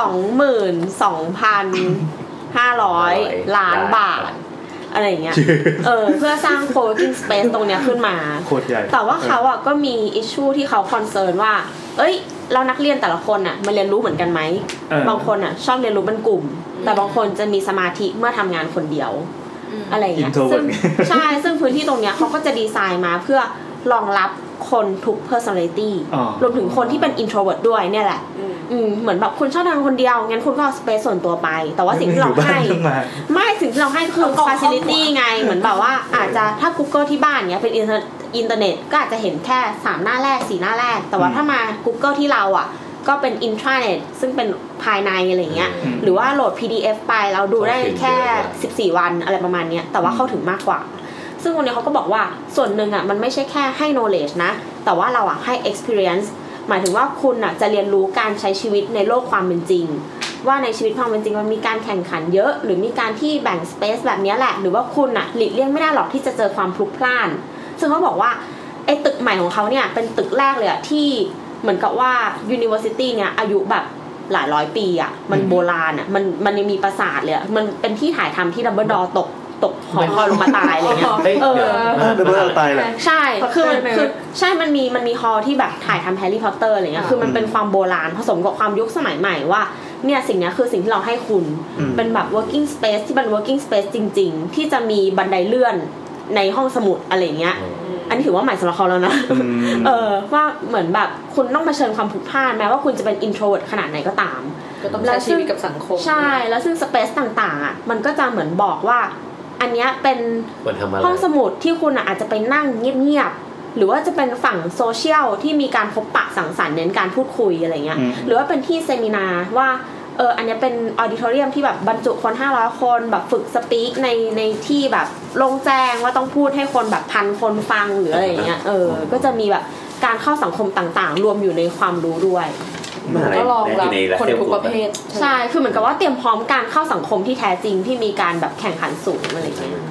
22,500 ล้านบาทอะไรอย่างเงี้ยเพื่อสร้าง co-working space ตรงเนี้ยขึ้นมาโคตรใหญ่แต่ว่าเขาอ่ะก็มี issue ที่เขาคอนเซิร์นว่าเรานักเรียนแต่ละคนอ่ะมันเรียนรู้เหมือนกันไหมบางคนอ่ะชอบเรียนรู้เป็นกลุ่มแต่บางคนจะมีสมาธิเมื่อทำงานคนเดียวอะไรอย่างเงี้ยซึ่งใช่ซึ่งพื้นที่ตรงเนี้ยเขาก็จะดีไซน์มาเพื่อรองรับคนทุก personality รวมถึงคนที่เป็น introvert ด้วยเนี่ยแหละเหมือนแบบคุณชอบทำคนเดียวงั้นคุณก็เอา space ส่วนตัวไปแต่ว่าสิ่งที่เราให้ไม่สิ่งที่เราให้คือ facility ไงเหมือนแบบว่าอาจจะถ้า Google ที่บ้านเนี้ยเป็นอินเทอร์เน็ตก็อาจจะเห็นแค่3 หน้าแรก4 หน้าแรกแต่ว่าถ้ามา Google ที่เราอ่ะก็เป็น intranet ซึ่งเป็นภายในอะไรเงี้ยหรือว่าโหลด PDF ไปเราดูได้แค่14 วันอะไรประมาณเนี้ยแต่ว่าเข้าถึงมากกว่าซึ่งวันนี้เขาก็บอกว่าส่วนหนึ่งอ่ะมันไม่ใช่แค่ให้ knowledge นะแต่ว่าเราอ่ะให้ experience หมายถึงว่าคุณอ่ะจะเรียนรู้การใช้ชีวิตในโลกความเป็นจริงว่าในชีวิตความเป็นจริงมันมีการแข่งขันเยอะหรือมีการที่แบ่ง space แบบนี้แหละหรือว่าคุณอ่ะหลีกเลี่ยงไม่ได้หรอกที่จะเจอความพลุกพล่านซึ่งเขาบอกว่าไอ้ตึกใหม่ของเขาเนี่ยเป็นตึกแรกเลยอ่ะที่เหมือนกับว่า university เนี่ยอายุแบบหลายร้อยปีอ่ะมันโบราณอ่ะมันยังมีปราสาทเลยมันเป็นที่ถ่ายทำที่ดัมเบิลดอร์ตกหอคอยลงมาตายอะไรเงี้ยดัมเบิลดอร์ตายแหละใช่คือใช่มันมีฮอลที่แบบถ่ายทำแฮร์รี่พอตเตอร์อะไรเงี้ยคือมันเป็นความโบราณผสมกับความยุคสมัยใหม่ว่าเนี่ยสิ่งนี้คือสิ่งที่เราให้คุณเป็นแบบ working space ที่เป็น working space จริงๆที่จะมีบันไดเลื่อนในห้องสมุดอะไรเงี้ยอันนี้ถือว่าใหม่สำหรับเขาแล้วนะว่าเหมือนแบบคุณต้องเผชิญความผุดพลาดแม้ว่าคุณจะเป็น introvert ขนาดไหนก็ตามก็ต้องใช้ชีวิตกับสังคมใช่แล้วซึ่ง space ต่างๆอ่ะมันก็จะเหมือนบอกว่าอันนี้เป็นห้องสมุดที่คุณอาจจะไปนั่งเงียบๆหรือว่าจะเป็นฝั่งโซเชียลที่มีการพบปะสังสรรค์เน้นการพูดคุยอะไรเงี้ยหรือว่าเป็นที่เซมินาว่าอันนี้เป็นออดิทอเรียมที่แบบบรรจุคน500 คนแบบฝึกสปีกในที่แบบโล่งแจ้งว่าต้องพูดให้คนแบบ1,000 คนฟังหรืออะไรเงี้ยก็จะมีแบบการเข้าสังคมต่างๆรวมอยู่ในความรู้ด้วยก็รองรับคนทุกประเภทใช่คือเหมือนกับว่าเตรียมพร้อมการเข้าสังคมที่แท้จริงที่มีการแบบแข่งขันสูงอะไรอย่างเงี้ย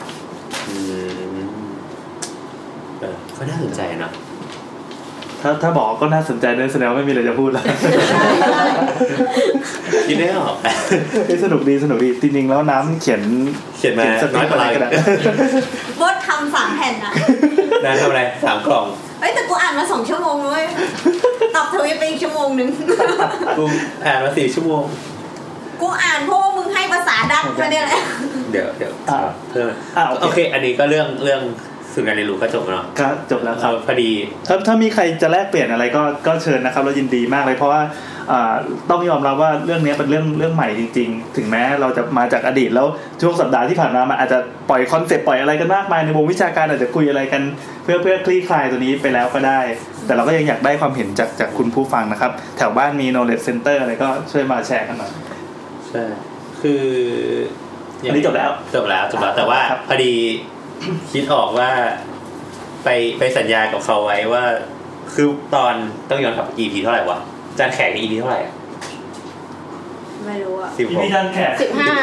ก็น่าสนใจเนาะถ้าบอกก็น่าสนใจด้วยแสดงว่าไม่มีอะไรจะพูดแล้วคิดได้หรอสนุกดีจริงๆแล้วน้ำเขียนมาน้อยกว่าอะไรกันบดทำ3 แผ่นนะน้ำทำอะไร3 กล่องแต่กูอ่านมา2 ชั่วโมงเลยตอบทวิตไปอีกชั่วโมงนึงกูอ่านมา4 ชั่วโมงกูอ่านเพราะมึงให้ภาษาดัตช์มาเนี่ยแหละเดี๋ยวเพิ่มโอเคอันนี้ก็เรื่องศูนย์การเรียนรู้ก็จบแล้วก็จบแล้วครับพอดีถ้ามีใครจะแลกเปลี่ยนอะไรก็เชิญนะครับเรายินดีมากเลยเพราะว่าต้องยอมรับว่าเรื่องนี้เป็นเรื่องใหม่จริงๆถึงแม้เราจะมาจากอดีตแล้วช่วงสัปดาห์ที่ผ่านมามันอาจจะปล่อยคอนเซ็ปต์ปล่อยอะไรกันมากมายในวงวิชาการอาจจะคุยอะไรกันเพื่อคลี่คลายตัวนี้ไปแล้วก็ได้แต่เราก็ยังอยากได้ความเห็นจากคุณผู้ฟังนะครับแถวบ้านมี knowledge center อะไรก็ช่วยมาแชร์กันหน่อยใช่คืออันนี้จบแล้วแต่ว่าพอดีคิดออกว่าไปสัญญากับเขาไว้ว่าคือตอนต้องย้อนกลับ EP เท่าไหร่วะจานแขก EP เท่าไหร่ไม่รู้อ่ะ EP จานแขก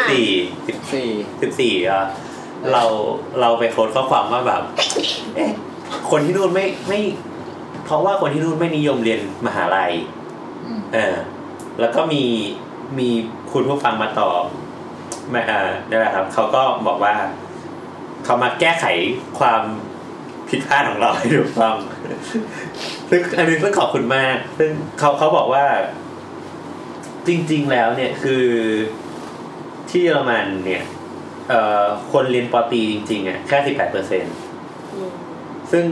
14เราไปโค้ดข้อความว่าแบบคนที่นู่นไม่เพราะว่าคนที่นู่นไม่นิยมเรียนมหาลัยแล้วก็มีคุณผู้ฟังมาตอบนั่นแหละครับเขาก็บอกว่าเขามาแก้ไขความผิผิดพลาดของเราให้ถูกต้องซึ่งอันนี้ต้องขอบคุณมากซึ่งเขาบอกว่าจริงๆแล้วเนี่ยคือที่เยอรมันเนี่ยคนเรียนป.ตรีจริงๆอ่ะแค่ 18% ซึ่ง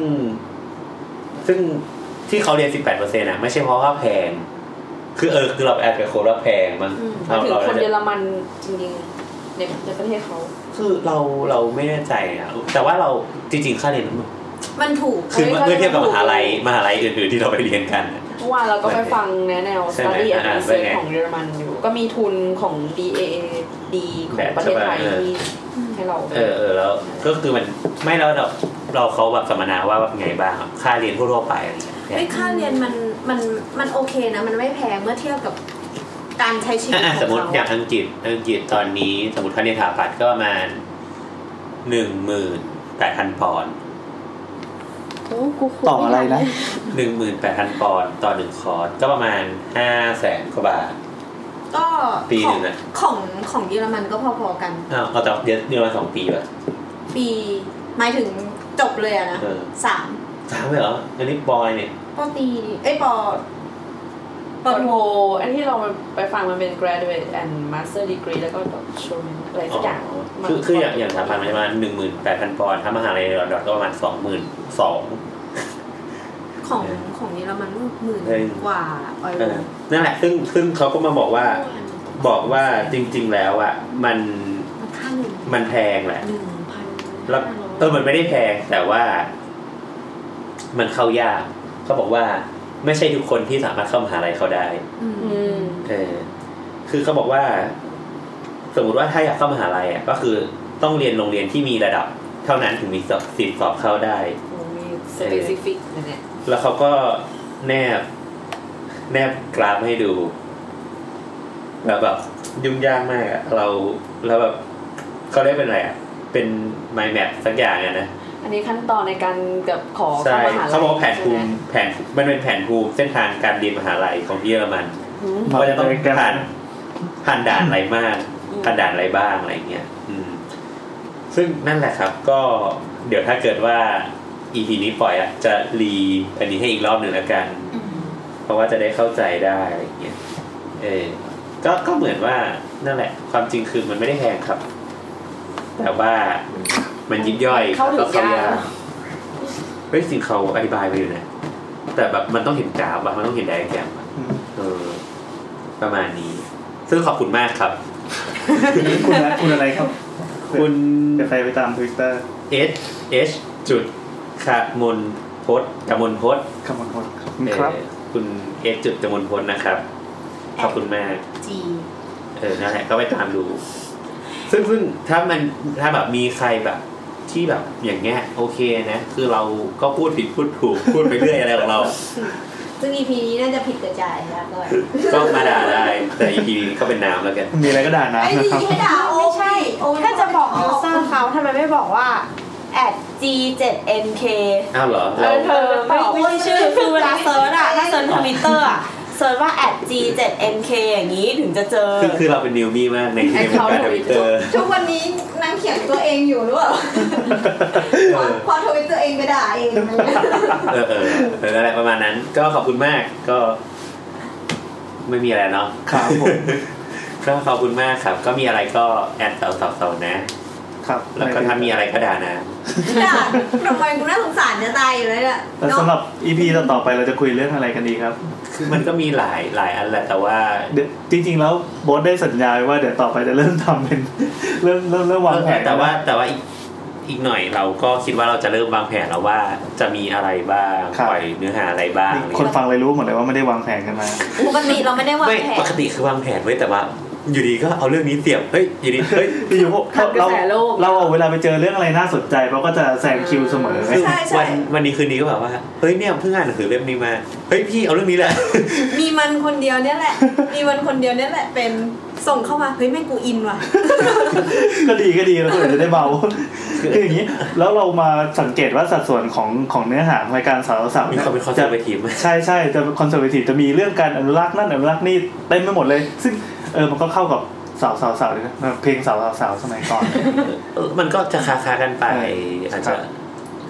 ที่เขาเรียน 18% อ่ะไม่ใช่เพราะว่าแพงคือเราแอบไปโค้ดว่าแพงมั้งถึงคนเยอรมันจริงๆในประเทศเขาคือเราไม่แน่ใจอ่ะแต่ว่าเราจริงๆค่าเรียนมันถูกคือเมื่อเทียบกับมหาลัยอื่นๆที่เราไปเรียนกันเมื่อวานเราก็ไปฟังแนว study advisor ของเยอรมันอยู่ก็มีทุนของ DAAD ของประเทศไทยให้เราแล้วก็คือมันไม่แล้วเราเขาแบบสัมมนาว่าไงบ้างค่าเรียนทั่วๆไปอะไรอย่างเงี้ยค่าเรียนมันโอเคนะมันไม่แพงเมื่อเทียบกับการใช้ชีวิตของสมมติอย่างอังกฤษตอนนี้สมมติค่าเรียนสถาปัตย์ก็ประมาณ 18,000 ปอนด์ต่ออะไรนะ 18,000 ปอนด์ต่อ1คอร์สก็ประมาณ 500,000 กว่าบาทก็ปีนึงนะของเยอรมันก็พอๆกันเอาแต่เดือนละ2ปีป่ะปีหมายถึงจบเลยอะนะ3 เลยเหรออันนี้ปอยเนี่ยปอตีปอโทอันที่เราไปฟังมันเป็น graduate and master degree แล้วก็ doctorate อะไรสักอย่างคืออย่างสถาปัตย์มันประมาณ 18,000 ปอนด์ถ้ามหาลัยดอทก็ประมาณ 22,000 ของนี้เรามัน10,000 กว่านั่นแหละซึ่งเขาก็มาบอกว่าจริงๆแล้วอ่ะมันแพงแหละแล้วมันไม่ได้แพงแต่ว่ามันเข้ายากเขาบอกว่าไม่ใช่ทุกคนที่สามารถเข้ามหาลัยเขาได้คือเขาบอกว่าสมมุติว่าถ้าอยากเข้ามหาลัยอ่ะก็คือต้องเรียนโรงเรียนที่มีระดับเท่านั้นถึงมีสิทธิ์สอบเข้าได้มีสเปซิฟิกเนี่ยแล้วเขาก็แนบกราฟให้ดูแบบยุ่งยากมากอ่ะเราแบบเขาเรียกเป็นอะไรอ่ะเป็น mind map สักอย่างอ่ะนะอันนี้ขั้นตอนในการกับขอเข้ามหาลัยเขาบอกแผนภูมิมันเป็นแผนภูมิเส้นทางการเรียนมหาลัยของเยอรมันว่าจะต้องผ่านด่านอะไรมากผ่านด่านอะไรบ้างอะไรเงี้ยซึ่งนั่นแหละครับก็เดี๋ยวถ้าเกิดว่า EP นี้ปล่อยอ่ะจะรีอันนี้ให้อีกรอบนึงแล้วกันเพราะว่าจะได้เข้าใจได้อะไรเงี้ยก็เหมือนว่านั่นแหละความจริงคือมันไม่ได้แพงครับแต่ว่ามันยิบย่อยก็เข้ายากจริงเขาอธิบายไปอยู่นะแต่แบบมันต้องเห็นกราฟมันต้องเห็นไดอะแกรมประมาณนี้ซึ่งขอบคุณมากครับคุณอะไรครับคุณจะใครไปตาม Twitter h จุดกมลพจน์ครับคุณ h จุดกมลพจน์นะครับขอบคุณมากนั่นแหละก็ไปตามดูซึ่งถ้าแบบมีใครแบบที่แบบอย่างเงี้ยโอเคนะคือเราก็พูดผิดพูดถูกพูดไปเรื่อยอะไรของเราซึ่ง EP นี้น่าจะผิดกระจายนะก็มาด่าได้แต่ EP นี้ก็เป็นน้ำแล้วกันมีอะไรก็ด่านะนะครับไม่ด่าไม่ใช่ถ้าจะบอก user เขาทำไมไม่บอกว่า @g7nk อ้าวเหรอเธอไม่ใช่ชื่อคือเวลาเซิร์ชอ่ะถ้าเซิร์ช Twitter อ่ะเซิร์ชว่า @g7nk อย่างนี้ถึงจะเจอคือเราเป็นนิวมี่มากในวงการ Twitter ทุกวันนี้นั่งเขียนตัวเองอยู่หรือเปล่าพอ Twitter เองไปด่าเองอะไรประมาณนั้นก็ขอบคุณมากก็ไม่มีอะไรเนาะครับผมก็ขอบคุณมากครับก็มีอะไรก็แอดเสานะครับแล้วก็ถ้ามีอะไรก็ด่านะทำไมกูน่าสงสารจะตายอยู่เลยอ่ะสำหรับ EP ต่อไปเราจะคุยเรื่องอะไรกันดีครับคือมันก็มีหลายอันแหละแต่ว่าจริงๆแล้วโบ๊ทได้สัญญาไว้ว่าเดี๋ยวต่อไปจะเริ่มทำเป็นเริ่มวางแผนแต่ว่าอีกหน่อยเราก็คิดว่าเราจะเริ่มวางแผนแล้วว่าจะมีอะไรบ้างปล่อยเนื้อหาอะไรบ้างคนฟังเลยรู้หมดเลยว่าไม่ได้วางแผนกันมาปกติเราไม่ได้วางแผนปกติคือวางแผนไว้แต่ว่าอยู่ดีก็เอาเรื่องนี้เสียบเฮ้ยอยู่ดีเฮ้ยอยู่เราเอาเวลาไปเจอเรื่องอะไรน่าสนใจเราก็จะแซงคิวเสมอวันนี้คืนนี้ก็แบบว่าเฮ้ยเนี่ยเพิ่งอ่านหนังสือเล่มนี้มาเฮ้ยพี่เอาเรื่องนี้แหละมีมันคนเดียวเนี่ยแหละเป็นส่งเข้ามาเฮ้ยแม่งกูอินว่ะก็ดีแล้วก็จะได้เบาคืออย่างนี้แล้วเรามาสังเกตว่าสัดส่วนของเนื้อหารายการสาวสาวมีความเป็นคอนเซอร์เวทีฟใช่จะคอนเซอร์เวทีฟจะมีเรื่องการอนุรักษ์นั่นอนุรักษ์นี่เต็มไปหมดเลยซึ่งมันก็เข้ากับสาวเลยนะเพลงสาวสมัยก่อนมันก็จะคากันไปอาจจะ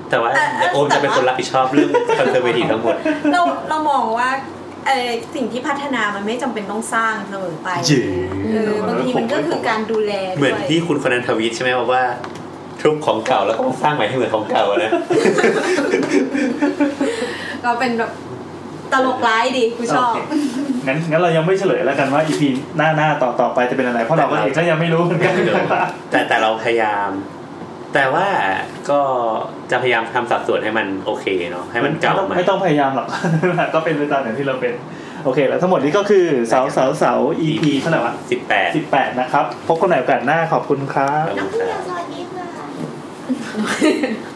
แต่ว่าโอมจะเป็นคนรับผิดชอบเรื่องคอนเซอร์เวทีฟทั้งหมดเรามองว่าสิ่งที่พัฒนามันไม่จำเป็นต้องสร้างเสมอไปบางทีมันก็คือการดูแลเหมือนที่คุณคนนั้นทวีตใช่ไหมว่าทุบของเก่าแล้วสร้างใหม่ให้เหมือนของเก่านะก็เป็นแบบตลกร้ายดีกูชอบงั้นเรายังไม่เฉลยแล้วกันว่า EP หน้าต่อไปจะเป็นอะไรเพราะเราก็เองก็ยังไม่รู้เหมือนกันแต่เราพยายามแต่ว่าก็จะพยายามทำสัดส่วนให้มันโอเคเนาะให้มันเก่าไม่ต้องพยายามหรอกก็เป็นไปตามอย่างที่เราเป็นโอเคแล้วทั้งหมดนี้ก็คือเสา EP เท่าไหร่วะ18นะครับพบกันใหม่โอกาสหน้าขอบคุณครับน้องพี่สวัสดีค่ะ